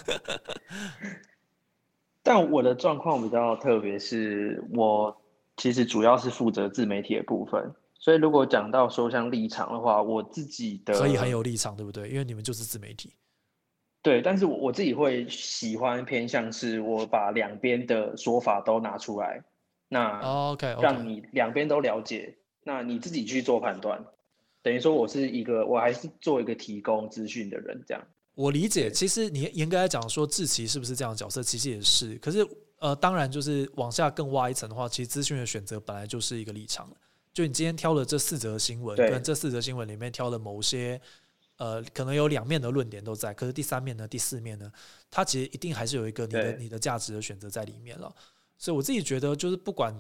但我的状况比较特别，是我其实主要是负责自媒体的部分，所以如果讲到说像立场的话，我自己的可以很有立场，对不对？因为你们就是自媒体。 对，但是我自己会喜欢偏向是我把两边的说法都拿出来，那让你两边都了解，那你自己去做判断。等于说我还是做一个提供资讯的人，这样。 我理解，其实你严格来讲说志祺是不是这样的角色，其实也是。可是当然就是往下更挖一层的话，其实资讯的选择本来就是一个立场。就你今天挑了这4则新闻，跟这4则新闻里面挑了某些可能有2面的论点都在，可是第3面呢、第4面呢，它其实一定还是有一个你的价值的选择在里面了。所以我自己觉得，就是不管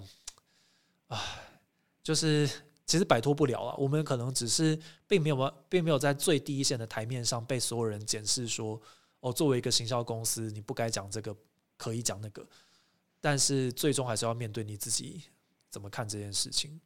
就是其实摆脱不了了。我们可能只是并没有在最低线的台面上被所有人检视说，作为一个行销公司，你不该讲这个，可以讲那个。但是最终还是要面对你自己怎么看这件事情。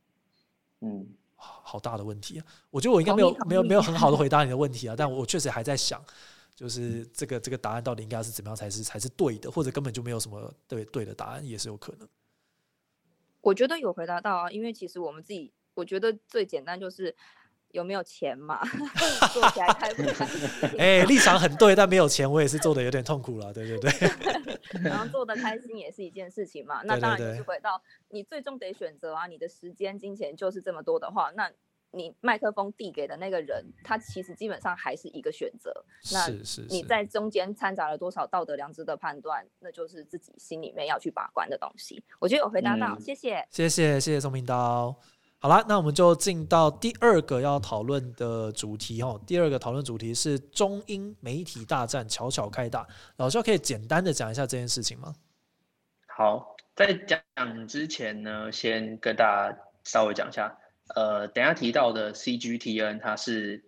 好大的问题啊！我觉得我应该没有很好的回答你的问题啊，但我确实还在想，就是这个答案到底应该是怎么样才是对的，或者根本就没有什么对的答案，也是有可能。 我觉得有回答到啊，因为其实我觉得最简单就是有没有钱嘛，做起来开不开心？ 立场很对，但没有钱，我也是做的有点痛苦了，对。 然后做的开心也是一件事情嘛，那当然就是回到你最终得选择啊，你的时间、金钱就是这么多的话，那你麦克风递给的那个人，他其实基本上还是一个选择。那你在中间掺杂了多少道德良知的判断，那就是自己心里面要去把关的东西。我觉得有回答到，谢谢宋明刀。好啦，那我们就进到第2个要讨论的主题哦。第2个讨论主题是中英媒体大战悄悄开打。老萧可以简单的讲一下这件事情吗？ 好，在讲之前呢，先跟大家稍微讲一下，等一下提到的 CGTN 它是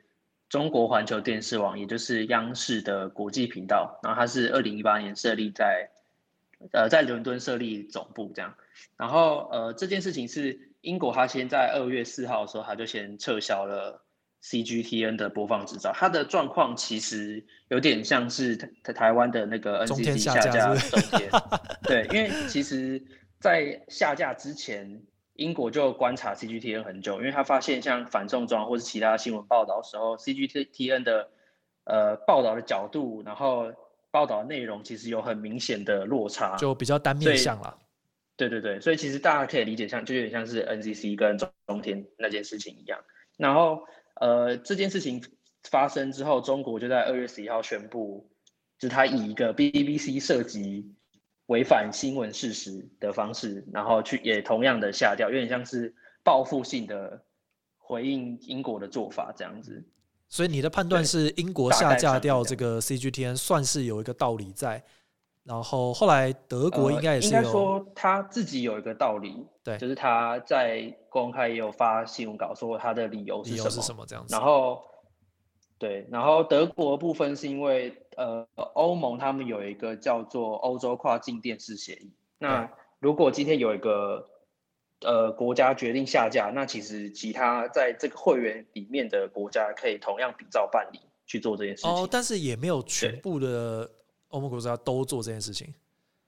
中国环球电视网，也就是央视的国际频道，然后它是2018年设立在伦敦设立总部这样。然后这件事情是英国，它先在2月4号的时候，它就先撤销了 CGTN 的播放执照。它的状况其实有点像是台湾的那个 NCC 下架中天，对，因为其实在下架之前，英国就观察 CGTN 很久，因为他发现像反送中或是其他新闻报道的时候 ，CGTN 的报道的角度，然后报道内容其实有很明显的落差， 就比较单面向啦。 对对对，所以其实大家可以理解就有点像是 NCC 跟中天那件事情一样。然后这件事情发生之后，中国就在2月11号宣布，就是他以一个 BBC 涉及违反新闻事实的方式，然后也同样的下掉，有点像是报复性的回应英国的做法这样子。 所以你的判断是英国下架掉这个 CGTN 算是有一个道理在，然后后来德国应该也是应该说他自己有一个道理， 对， 就是他在公开也有发新闻稿说他的理由是什么这样子。 然后对，然后德国部分是因为欧盟他们有一个叫做欧洲跨境电视协议，那如果今天有一个国家决定下架，那其实其他在这个会员里面的国家可以同样比照办理去做这件事情。 但是也没有全部的欧盟国家都做这件事情。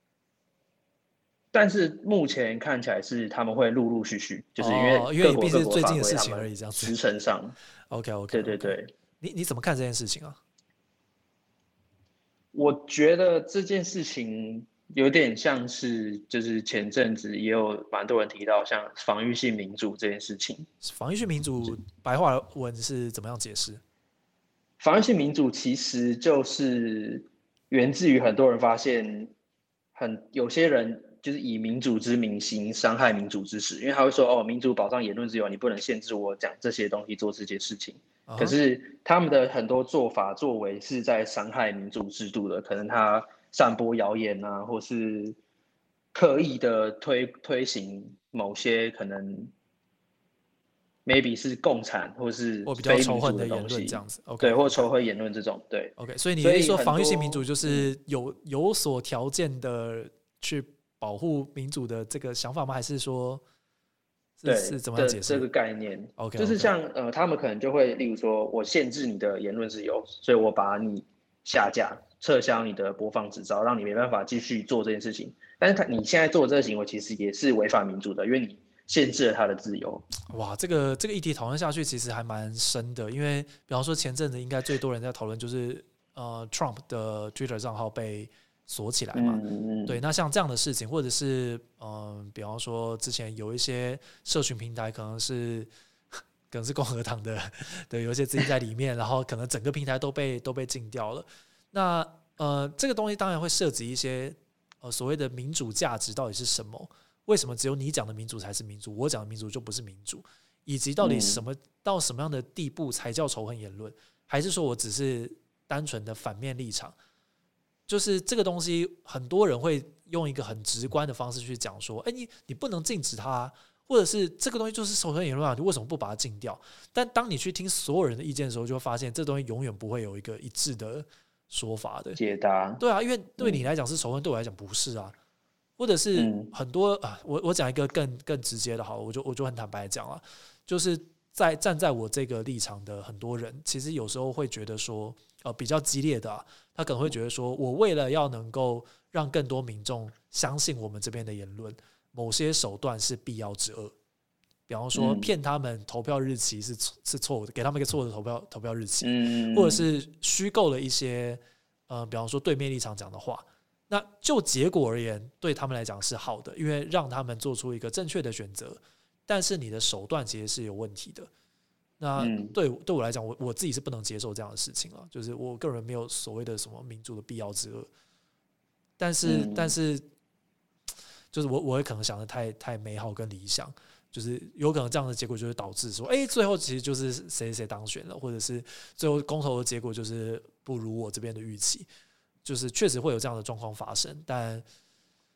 但是目前看起来是他们会陆陆续续，就是因为毕竟是最近的事情而已，这样子。 时程上 ，OK， 对对对。 你怎么看这件事情啊？ 我觉得这件事情有点像是，就是前阵子也有蛮多人提到，像防御性民主这件事情。 防御性民主白话文是怎么样解释？ 防御性民主其实就是源自于很多人发现，有些人就是以民主之名行伤害民主之实，因为他会说民主保障言论自由，你不能限制我讲这些东西做这些事情。可是他们的很多做法作为是在伤害民主制度的，可能他散播谣言啊，或是刻意的推行某些可能 maybe 是共产或是比较仇恨的言论这样子， 对，或仇恨言论这种，对。 OK， 所以你是说防御性民主就是有所条件的去保护民主的这个想法吗？还是说是怎么样解释这个概念 ？OK， 就是像他们可能就会例如说我限制你的言论自由，所以我把你下架，撤销你的播放执照，让你没办法继续做这件事情。但是你现在做的这个行为其实也是违反民主的，因为你限制了他的自由。 哇，这个议题讨论下去其实还蛮深的，因为比方说前阵子应该最多人在讨论就是Trump 的 Twitter 账号被锁起来嘛，对，那像这样的事情，或者是比方说之前有一些社群平台可能是共和党的，对，有一些资金在里面，然后可能整个平台都被禁掉了。那这个东西当然会涉及一些所谓的民主价值到底是什么？为什么只有你讲的民主才是民主，我讲的民主就不是民主？以及到底到什么样的地步才叫仇恨言论？还是说我只是单纯的反面立场？就是这个东西，很多人会用一个很直观的方式去讲说，你不能禁止它，或者是这个东西就是仇恨言论啊，你为什么不把它禁掉？但当你去听所有人的意见的时候，就会发现这东西永远不会有一个一致的说法的解答。 对啊，因为对你来讲是仇恨，对我来讲不是啊。或者是很多我讲一个更直接的好了，我就很坦白讲了，就是站在我这个立场的很多人，其实有时候会觉得说，比较激烈的他可能会觉得说，我为了要能够让更多民众相信我们这边的言论，某些手段是必要之恶。比方说骗他们投票日期是错误的，给他们一个错误的投票日期，或者是虚构了一些比方说对面立场讲的话。那就结果而言，对他们来讲是好的，因为让他们做出一个正确的选择。但是你的手段其实是有问题的。那对我来讲，我自己是不能接受这样的事情了。就是我个人没有所谓的什么民主的必要之恶。但是，就是我也可能想的太美好跟理想，就是有可能这样的结果就会导致说，最后其实就是谁当选了，或者是最后公投的结果就是不如我这边的预期。就是确实会有这样的状况发生，但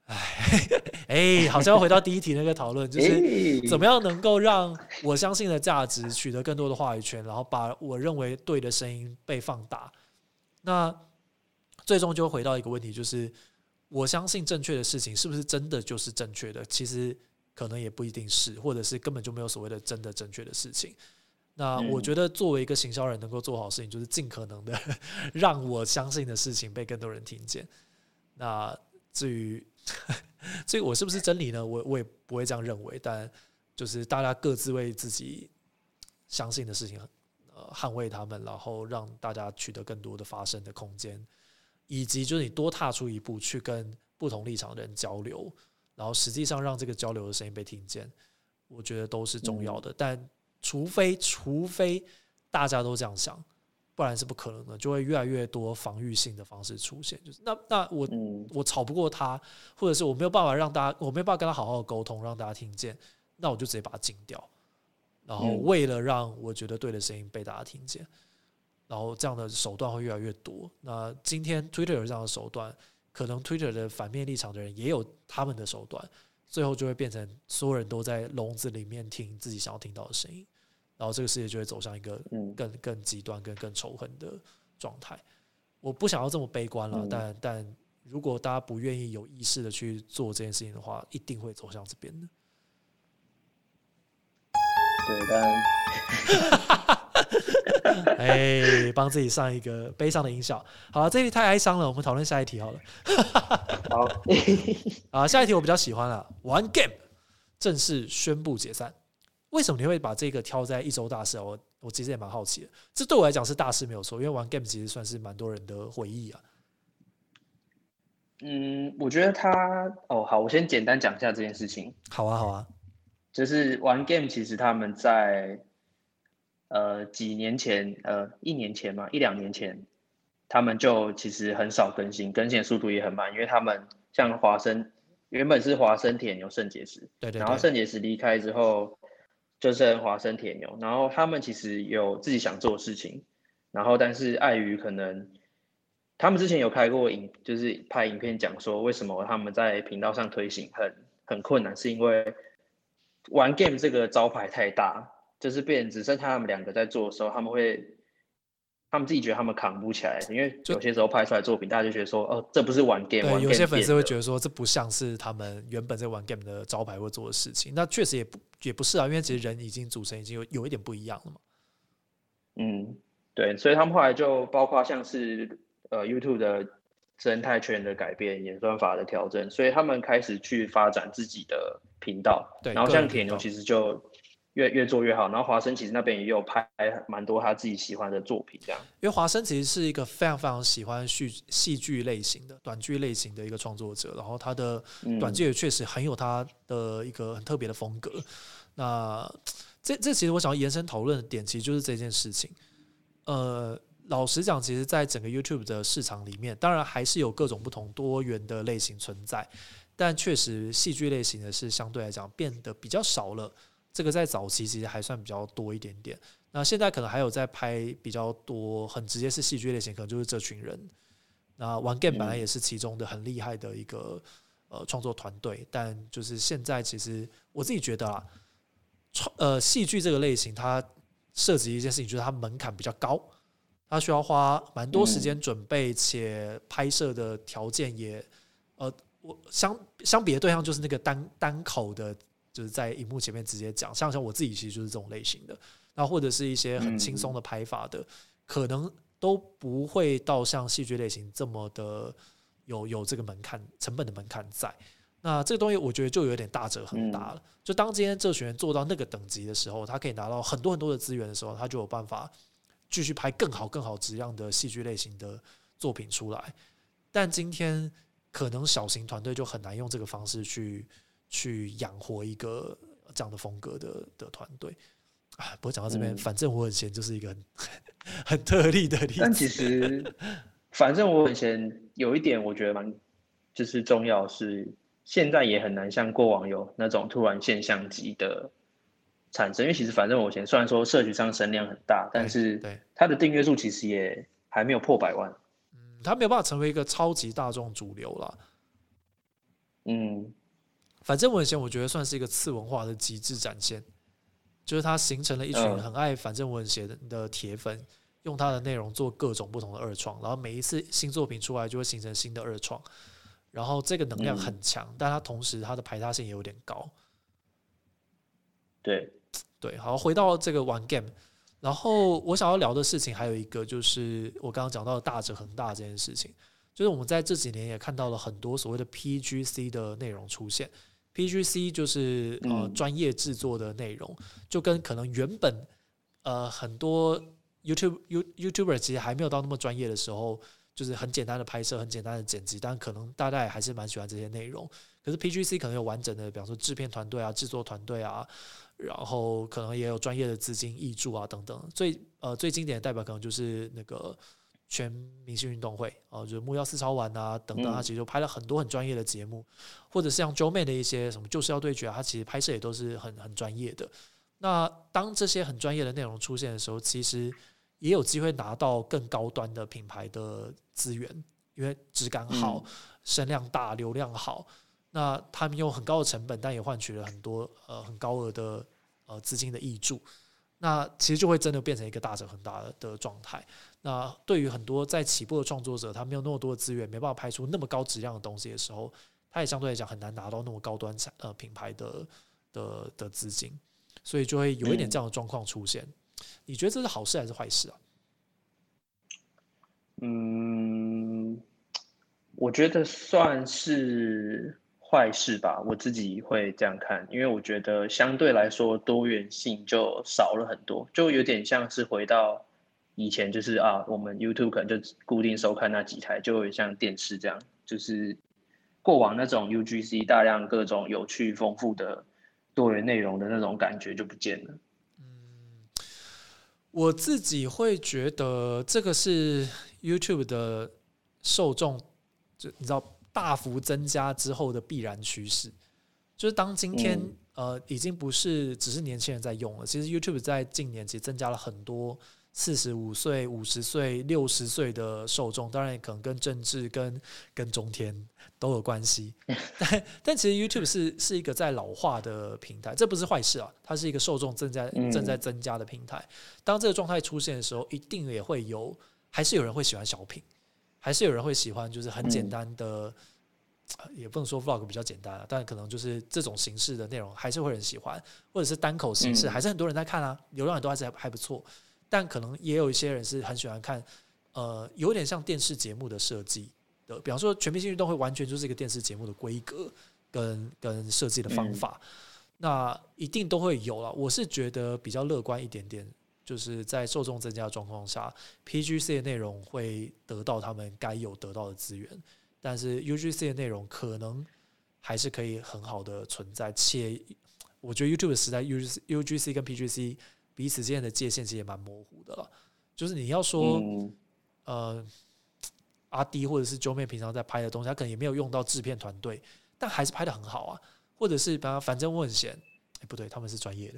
好像要回到第一题那个讨论，就是怎么样能够让我相信的价值取得更多的话语权，然后把我认为对的声音被放大。那最终就回到一个问题，就是我相信正确的事情是不是真的就是正确的？其实可能也不一定是，或者是根本就没有所谓的真的正确的事情。那我觉得作为一个行销人能够做好事情，就是尽可能的让我相信的事情被更多人听见。那至于我是不是真理呢？我也不会这样认为，但就是大家各自为自己相信的事情捍卫他们，然后让大家取得更多的发声的空间，以及就是你多踏出一步去跟不同立场的人交流，然后实际上让这个交流的声音被听见，我觉得都是重要的。但除非大家都这样想，不然是不可能的，就会越来越多防御性的方式出现。就是那我吵不过他，或者是我没有办法跟他好好的沟通，让大家听见，那我就直接把他禁掉。然后为了让我觉得对的声音被大家听见，然后这样的手段会越来越多。那今天 Twitter 有这样的手段，可能 Twitter 的反面立场的人也有他们的手段，最后就会变成所有人都在笼子里面听自己想要听到的声音。然后这个世界就会走向一个更极端、更仇恨的状态。我不想要这么悲观了，但如果大家不愿意有意识的去做这件事情的话，一定会走向这边的。 对， 但帮自己上一个悲伤的音效。好了，这一题太哀伤了，我们讨论下一题好了。好，下一题我比较喜欢了。玩 Game 正式宣布解散。为什么你会把这个挑在一周大事啊？我其实也蛮好奇的。这对我来讲是大事没有错，因为玩 Game 其实算是蛮多人的回忆啊。 我觉得好，我先简单讲一下这件事情。 好啊。 就是玩 Game 其实他们在几年前1年前嘛，1-2年前，他们就其实很少更新的速度也很慢，因为他们像原本是华生铁牛肾结石， 对， 然后肾结石离开之后就剩华生铁牛，然后他们其实有自己想做的事情，然后但是碍于可能他们之前有开过就是拍影片讲说为什么他们在频道上推行很困难，是因为玩 Game 这个招牌太大，就是变成只剩他们2个在做的时候，他们自己觉得他们扛不起来，因为有些时候拍出来作品，大家就觉得说，这不是玩 Game。 对，有些粉丝会觉得说，这不像是他们原本在玩 Game 的招牌会做的事情。那确实也不是啊，因为其实人已经组成已经有一点不一样了嘛。 对，所以他们后来就包括像是YouTube 的生态圈的改变、演算法的调整，所以他们开始去发展自己的频道。 对， 然后像铁牛其实就越做越好，然后华生其实那边也有拍蛮多他自己喜欢的作品，这样。 因为华生其实是一个非常非常喜欢戏剧类型的短剧类型的一个创作者，然后他的短剧也确实很有他的一个很特别的风格。那这其实我想要延伸讨论的点，其实就是这件事情。老实讲，其实在整个 YouTube 的市场里面，当然还是有各种不同多元的类型存在，但确实戏剧类型的是相对来讲变得比较少了。这个在早期其实还算比较多一点点，那现在可能还有在拍比较多很直接是戏剧类型，可能就是这群人。那玩 Game 本来也是其中的很厉害的一个创作团队，但就是现在其实我自己觉得啦，戏剧这个类型它涉及一件事情，就是它门槛比较高，它需要花蛮多时间准备，且拍摄的条件也我相比的对象就是那个单口的。就是在荧幕前面直接讲，像我自己其实就是这种类型的，那或者是一些很轻松的拍法的，可能都不会到像戏剧类型这么的有这个门槛成本的门槛在。那这个东西我觉得就有点大折很大了。就当今天这群人做到那个等级的时候，他可以拿到很多很多的资源的时候，他就有办法继续拍更好质量的戏剧类型的作品出来。但今天可能小型团队就很难用这个方式去养活一个这样的风格的团队。不过讲到这边，反正我很闲就是一个很特例的例子。 但其实反正我很闲有一点我觉得蛮就是重要是，现在也很难像过往有那种突然现象级的产生，因为其实反正我闲虽然说社群上声量很大，但是它的订阅数其实也还没有破100万。 它没有办法成为一个超级大众主流啦。 反正文献我觉得算是一个次文化的极致展现，就是它形成了一群很爱反正文写的铁粉，用它的内容做各种不同的二创，然后每一次新作品出来就会形成新的二创，然后这个能量很强，但它同时它的排他性也有点高。 对， 好，回到这个玩 game， 然后我想要聊的事情还有一个就是我刚刚讲到的大者恒大这件事情，就是我们在这几年也看到了很多所谓的 PGC 的内容出现。PGC 就是专业制作的内容，就跟可能原本很多 YouTuber 其实还没有到那么专业的时候，就是很简单的拍摄、很简单的剪辑，但可能大家也还是蛮喜欢这些内容。可是 PGC 可能有完整的，比方说制片团队啊、制作团队啊，然后可能也有专业的资金挹注啊等等。最经典的代表可能就是那个全明星运动会就是木曜4超玩啊等等，他其实就拍了很多很专业的节目，或者是像 Joeman 的一些什么就是要对决啊，他其实拍摄也都是很专业的。那当这些很专业的内容出现的时候，其实也有机会拿到更高端的品牌的资源，因为质感好、声量大、流量好，那他们用很高的成本，但也换取了很多很高额的资金的挹注。那其实就会真的变成一个大者恒大的状态。那对于很多在起步的创作者，他没有那么多的资源，没办法拍出那么高质量的东西的时候，他也相对来讲很难拿到那么高端品牌的资金，所以就会有一点这样的状况出现。你觉得这是好事还是坏事啊？ 我觉得算是坏事吧，我自己会这样看，因为我觉得相对来说多元性就少了很多，就有点像是回到以前，就是我们 YouTube 可能就固定收看那几台，就会像电视这样，就是过往那种 UGC 大量各种有趣丰富的多元内容的那种感觉就不见了。 我自己会觉得这个是 YouTube 的受众，就你知道大幅增加之后的必然趋势。就是当今天已经不是只是年轻人在用了，其实 YouTube 在近年其实增加了很多45岁、50岁、60岁的受众，当然可能跟政治跟中天都有关系。但其实 YouTube 是一个在老化的平台，这不是坏事啊，它是一个受众正在增加的平台。当这个状态出现的时候，一定也会还是有人会喜欢小品，还是有人会喜欢就是很简单的。也不能说 vlog 比较简单但可能就是这种形式的内容还是会有人喜欢，或者是单口形式还是很多人在看啊，流量都还不错。但可能也有一些人是很喜欢看有点像电视节目的设计的，比方说全明星运动会完全就是一个电视节目的规格跟设计的方法，那一定都会有啦。我是觉得比较乐观一点点，就是在受众增加的状况下 PGC 的内容会得到他们该有得到的资源，但是 UGC 的内容可能还是可以很好的存在，且我觉得 YouTube 的时代 UGC 跟 PGC 彼此之间的界限其实也蛮模糊的了。就是你要说阿迪或者是 Joeman 平常在拍的东西，他可能也没有用到制片团队，但还是拍得很好啊。或者是反正我很闲，不对，他们是专业的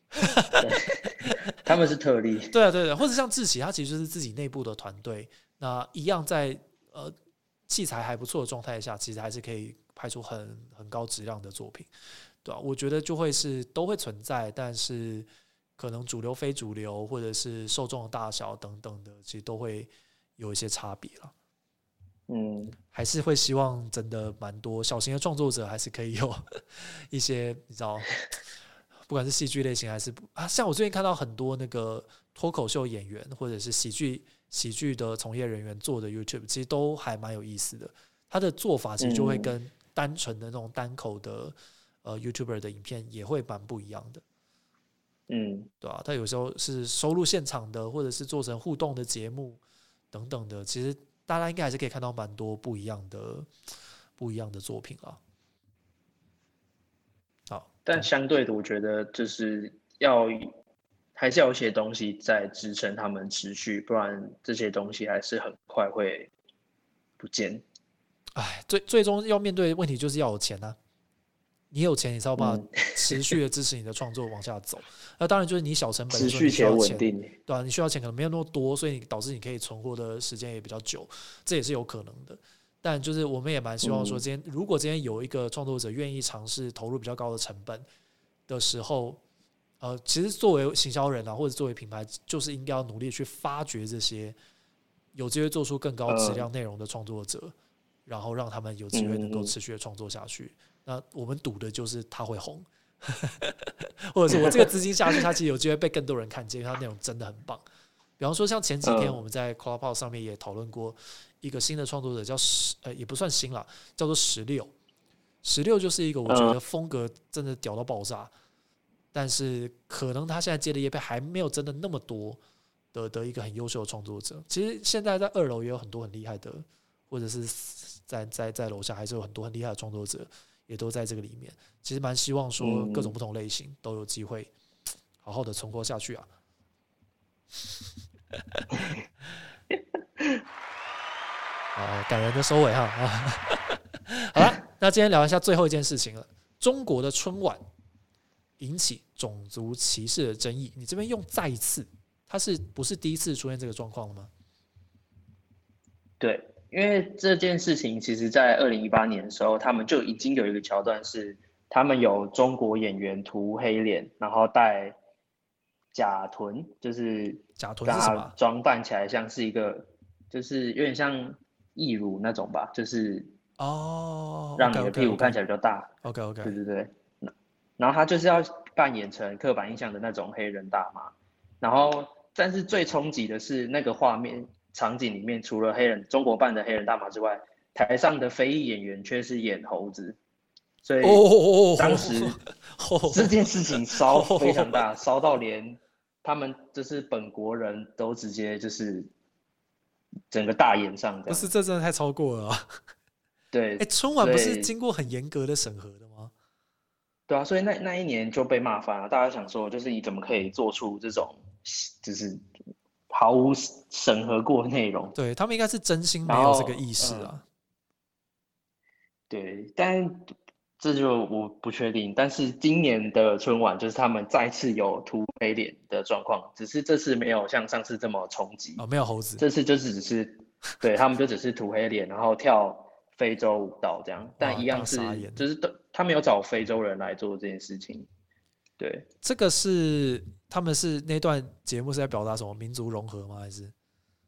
他们是特例。 对啊，或者像志祺，他其实就是自己内部的团队，那一样在器材还不错的状态下，其实还是可以拍出很高质量的作品，对啊，我觉得就会是都会存在，但是可能主流非主流或者是受众的大小等等的，其实都会有一些差别啦。还是会希望真的蛮多小型的创作者还是可以有一些你知道，不管是戏剧类型还是像我最近看到很多那个脱口秀演员或者是喜剧的从业人员做的 YouTube， 其实都还蛮有意思的。他的做法其实就会跟单纯的那种单口的YouTuber 的影片也会蛮不一样的。对啊，他有时候是收录现场的，或者是做成互动的节目等等的，其实大家应该还是可以看到蛮多不一样的作品啦。好， 但相对的，我觉得就是还是要有些东西在支撑他们持续，不然这些东西还是很快会不见。 最终要面对的问题就是要有钱啊！你有钱，你才有办法持续的支持你的创作往下走。那当然就是你小成本的时候， 持续且稳定， 对啊，你需要钱可能没有那么多，所以导致你可以存活的时间也比较久，这也是有可能的。 但就是我们也蛮希望说，如果今天有一个创作者愿意尝试投入比较高的成本的时候，其实作为行销人啊，或者作为品牌，就是应该要努力去发掘这些有机会做出更高质量内容的创作者，然后让他们有机会能够持续的创作下去。那我们赌的就是他会红，或者是我这个资金下去，他其实有机会被更多人看见，因为他内容真的很棒。比方说，像前几天我们在 Clubhouse 上面也讨论过一个新的创作者，叫也不算新啦，叫做16就是一个我觉得风格真的屌到爆炸。但是可能他现在接的业配还没有真的那么多的一个很优秀的创作者。其实现在在2楼也有很多很厉害的，或者是在楼下还是有很多很厉害的创作者，也都在这个里面。其实蛮希望说各种不同类型都有机会好好的存活下去啊。感人的收尾哈。好了，那今天聊一下最后一件事情了。中国的春晚引起种族歧视的争议，你这边用再一次，它是不是第一次出现这个状况了吗？ 对，因为这件事情其实在2018年的时候，他们就已经有一个桥段是，他们有中国演员涂黑脸，然后戴假臀，就是假臀是什么？ 装扮起来像是一个，就是有点像义乳那种吧，就是让你的屁股看起来比较大。 OK， 对对对。然后他就是要扮演成刻板印象的那种黑人大妈，然后但是最冲击的是那个画面场景里面，除了中国扮的黑人大妈之外，台上的非裔演员却是演猴子，所以当时这件事情烧非常大，烧到连他们就是本国人都直接就是整个大演上这样。 不是，这真的太超过了啊。 对， 春晚不是经过很严格的审核的吗？ 对啊，所以那一年就被骂翻了。大家想说，就是你怎么可以做出这种就是毫无审核过的内容？ 对，他们应该是真心没有这个意识啊。 对，但这就我不确定。但是今年的春晚就是他们再次有涂黑脸的状况，只是这次没有像上次这么冲击。 没有猴子， 这次就只是对他们就只是涂黑脸，然后跳非洲舞蹈这样，但一样是就是他们有找非洲人来做这件事情。对， 这个是他们是那段节目是在表达什么民族融合吗？还是？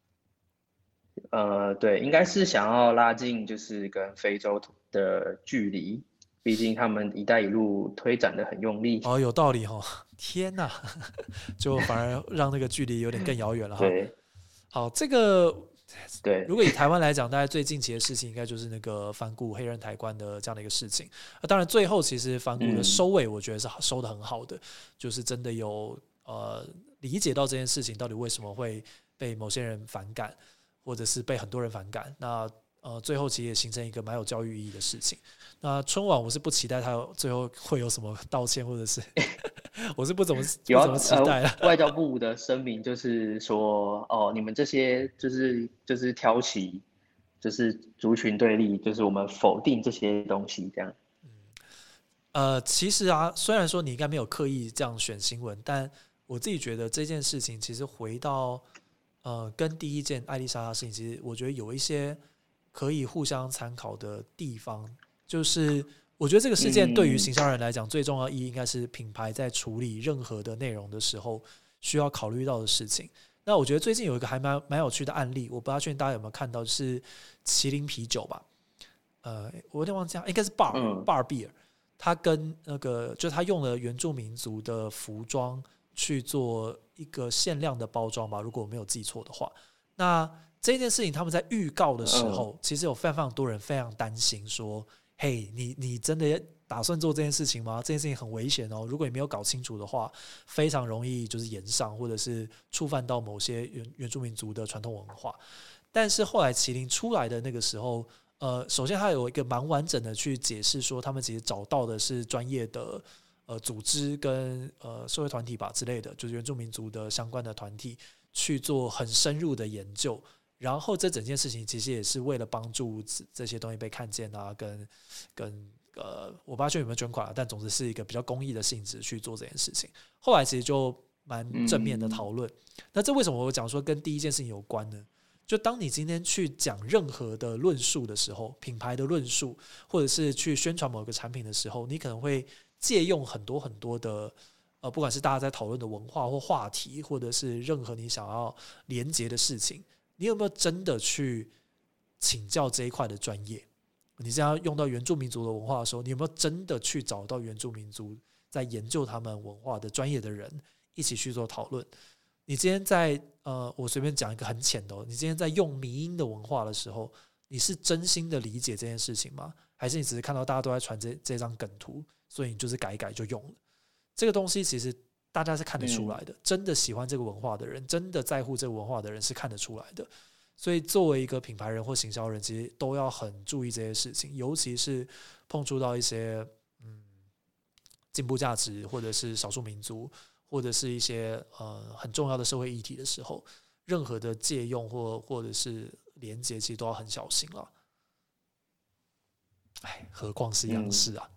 对，应该是想要拉近就是跟非洲的距离，毕竟他们“一带一路”推展的很用力。 有道理哦。天哪，就反而让那个距离有点更遥远了哈。 对， 好，这个。 对， 如果以台湾来讲，大概最近期的事情应该就是那个反骨黑人抬棺的这样的一个事情。当然最后其实反骨的收尾，我觉得是收得很好的，就是真的有理解到这件事情到底为什么会被某些人反感，或者是被很多人反感。那最后其实也形成一个蛮有教育意义的事情。那春晚我是不期待他最后会有什么道歉，或者是我是不怎么期待了。 外交部的声明就是说，你们这些就是挑起就是族群对立，就是我们否定这些东西这样。 其实啊，虽然说你应该没有刻意这样选新闻，但我自己觉得这件事情其实回到跟第一件艾丽莎的事情，其实我觉得有一些可以互相参考的地方。就是我觉得这个事件对于行销人来讲，最重要的意义应该是品牌在处理任何的内容的时候需要考虑到的事情。那我觉得最近有一个还蛮有趣的案例，我不太确定大家有没有看到，就是麒麟啤酒吧。我有点忘记，应该是 Bar Beer， 他跟那个就是他用了原住民族的服装去做一个限量的包装吧，如果我没有记错的话。那这件事情他们在预告的时候，其实有非常多人非常担心说，嘿，你真的打算做这件事情吗？这件事情很危险哦，如果你没有搞清楚的话，非常容易就是延上，或者是触犯到某些原住民族的传统文化。但是后来麒麟出来的那个时候，首先他有一个蛮完整的去解释说，他们其实找到的是专业的组织跟社会团体吧之类的，就是原住民族的相关的团体去做很深入的研究。然后这整件事情其实也是为了帮助这些东西被看见啊，跟我不知道有没有捐款，但总之是一个比较公益的性质去做这件事情。后来其实就蛮正面的讨论。那这为什么我讲说跟第一件事情有关呢？ 就当你今天去讲任何的论述的时候，品牌的论述，或者是去宣传某个产品的时候，你可能会借用很多很多的不管是大家在讨论的文化或话题，或者是任何你想要连结的事情，你有没有真的去请教这一块的专业？你这样用到原住民族的文化的时候，你有没有真的去找到原住民族在研究他们文化的专业的人一起去做讨论？你今天在我随便讲一个很浅的你今天在用迷因的文化的时候，你是真心的理解这件事情吗？还是你只是看到大家都在传这张梗图，所以你就是改一改就用了？这个东西其实大家是看得出来的，真的喜欢这个文化的人，真的在乎这个文化的人是看得出来的。所以作为一个品牌人或行销人，其实都要很注意这些事情，尤其是碰触到一些进步价值，或者是少数民族，或者是一些很重要的社会议题的时候，任何的借用或者是连结，其实都要很小心了。哎，何况是央视啊！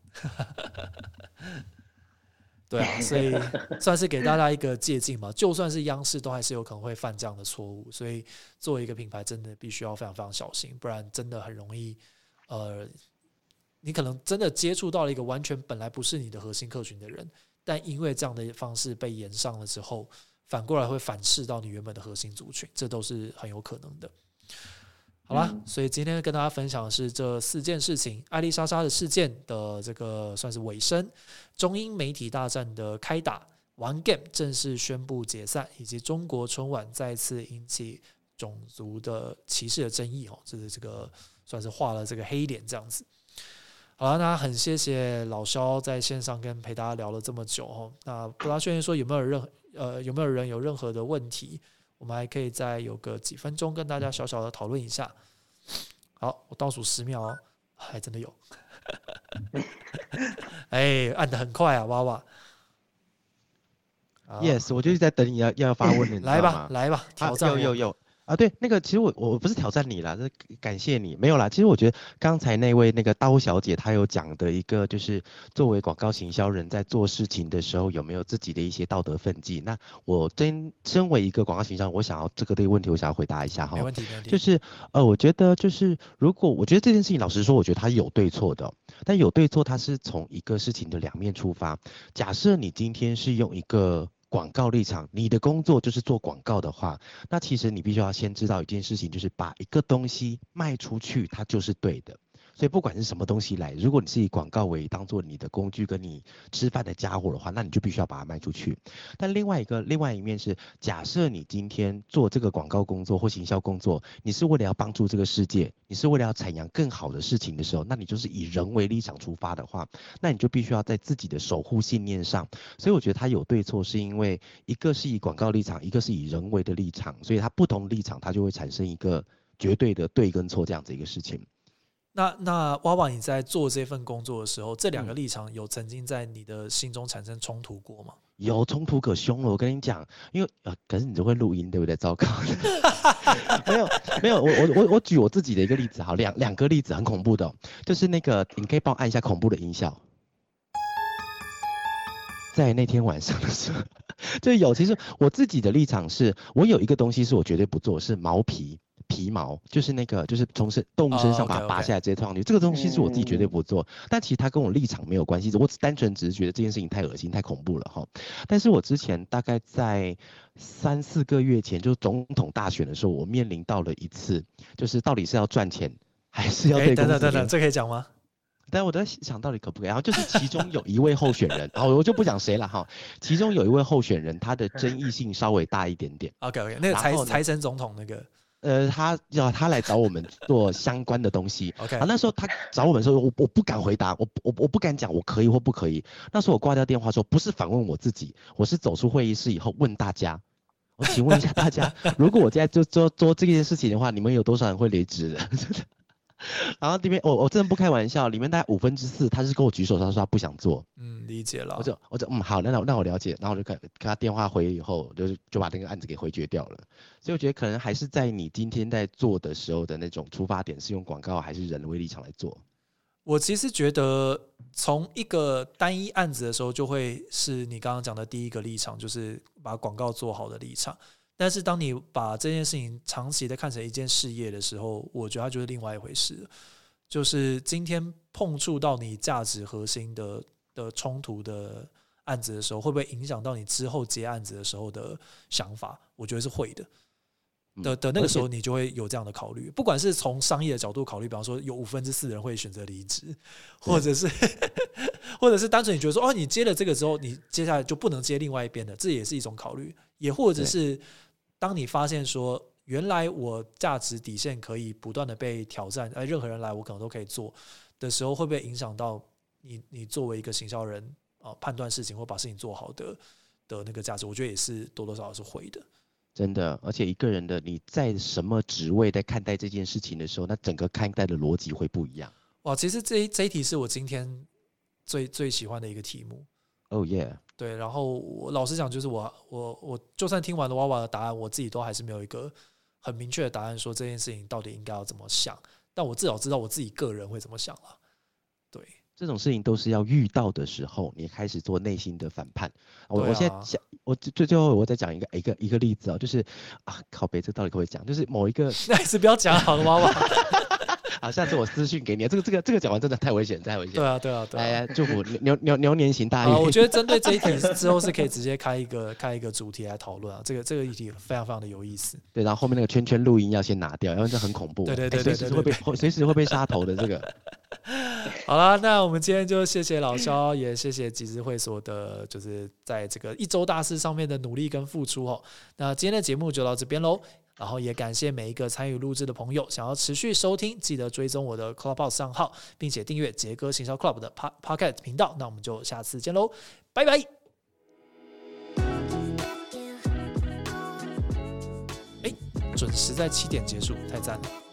对啊，所以算是给大家一个借鉴嘛。就算是央视，都还是有可能会犯这样的错误。所以作为一个品牌，真的必须要非常非常小心，不然真的很容易，你可能真的接触到了一个完全本来不是你的核心客群的人，但因为这样的方式被延上了之后，反过来会反噬到你原本的核心族群，这都是很有可能的。好啦，所以今天跟大家分享的是这4件事情：艾丽莎莎的事件的这个算是尾声，中英媒体大战的开打，玩 Game 正式宣布解散，以及中国春晚再次引起种族的歧视的争议这个算是画了这个黑脸这样子。好了，那很谢谢老肖在线上跟陪大家聊了这么久那不知道轩辕说有没有人有任何的问题？我们还可以再有个几分钟跟大家小小的讨论一下。好，我倒数10秒还真的有。按得很快啊，娃娃。 Yes， 我就是在等你要发问的。 来吧，挑战我。 有啊，对，那个其实我不是挑战你啦，是感谢你。没有啦，其实我觉得刚才那位那个刀小姐她有讲的一个，就是作为广告行销人在做事情的时候有没有自己的一些道德分际。那我身为一个广告行销人，我想要这个问题我想要回答一下哈。 没问题。 就是我觉得就是我觉得这件事情老实说，我觉得它有对错的，但有对错它是从一个事情的2面出发。假设你今天是用一个广告立场，你的工作就是做广告的话，那其实你必须要先知道一件事情，就是把一个东西卖出去，它就是对的。所以不管是什么东西来，如果你是以广告为当做你的工具跟你吃饭的家伙的话，那你就必须要把它卖出去。但另外一面是，假设你今天做这个广告工作或行销工作，你是为了要帮助这个世界，你是为了要阐扬更好的事情的时候，那你就是以人为立场出发的话，那你就必须要在自己的守护信念上。所以我觉得它有对错，是因为一个是以广告立场，一个是以人为的立场，所以它不同的立场，它就会产生一个绝对的对跟错这样子一个事情。 那娃娃，你在做这份工作的时候，这2个立场有曾经在你的心中产生冲突过吗？ 有冲突可凶了，我跟你讲，因为可是你就会录音对不对？糟糕，没有，我举我自己的一个例子，好，两个例子很恐怖的就是那个你可以帮我按一下恐怖的音效，在那天晚上的时候，就有。其实我自己的立场是，我有一个东西是我绝对不做，是皮毛，就是那个就是从动物身上把它拔下来直接套上去，这个东西是我自己绝对不做。但其实它跟我立场没有关系，我单纯只是觉得这件事情太恶心太恐怖了哈。但是我之前大概在3、4个月前，就总统大选的时候，我面临到了一次，就是到底是要赚钱还是要对公司。 等，这可以讲吗？ 但我在想到底可不可以，然后就是其中有一位候选人，然后我就不讲谁了哈。其中有一位候选人，他的争议性稍微大一点点。 OK， 那个财神总统那个。 他来找我们做相关的东西。 OK， 那时候他找我们的时候，我不敢回答，我不敢讲我可以或不可以。那时候我挂掉电话说，不是反问我自己，我是走出会议室以后问大家，我请问一下大家，如果我现在就做这件事情的话，你们有多少人会离职的？然后这边我真的不开玩笑，里面大概4%，他是跟我举手，他说他不想做。 理解了。 我就好，那我了解，然后我就跟他电话回以后，就把那个案子给回绝掉了。所以我觉得可能还是在你今天在做的时候的那种出发点，是用广告还是人为立场来做。 我其实觉得从一个单一案子的时候，就会是你刚刚讲的第一个立场，就是把广告做好的立场。 但是当你把这件事情长期的看成一件事业的时候，我觉得它就是另外一回事了。就是今天碰触到你价值核心的冲突的案子的时候，会不会影响到你之后接案子的时候的想法？我觉得是会的。的那个时候，你就会有这样的考虑，不管是从商业的角度考虑，比方说有4%的人会选择离职，或者是单纯你觉得说，哦，你接了这个之后，你接下来就不能接另外一边的，这也是一种考虑。也或者是当你发现说，原来我价值底线可以不断的被挑战，任何人来我可能都可以做的时候，会不会影响到你作为一个行销人判断事情或把事情做好的那个价值？我觉得也是多多少少是会的。 真的，而且一个人的你在什么职位在看待这件事情的时候，那整个看待的逻辑会不一样。 哇，其实这一题是我今天最喜欢的一个题目。 Oh yeah， 对，然后我老实讲，就是我就算听完了娃娃的答案，我自己都还是没有一个很明确的答案，说这件事情到底应该要怎么想。但我至少知道我自己个人会怎么想了。对。 这种事情都是要遇到的时候，你开始做内心的反叛。我现在想，我最后我再讲一个例子就是靠北，这到底可不可以讲？就是某一个， 那还是不要讲好了，妈妈。 好，下次我私讯给你。这个讲完真的太危险，太危险。 对啊。 来，祝福牛年行大运。 我觉得针对这一题之后是可以直接开一个主题来讨论啊。这个议题非常非常的有意思。 对，然后后面那个圈录音要先拿掉，要不然这很恐怖。 对， 随时会被杀头的这个。 好啦，那我们今天就谢谢老萧，也谢谢集资会所的，就是在这个1周大事上面的努力跟付出哦。那今天的节目就到这边喽，然后也感谢每一个参与录制的朋友。想要持续收听，记得追踪我的 Clubhouse 账号，并且订阅杰哥行销 Club 的 Podcast 频道。那我们就下次见喽，拜拜。准时在7点结束，太赞了。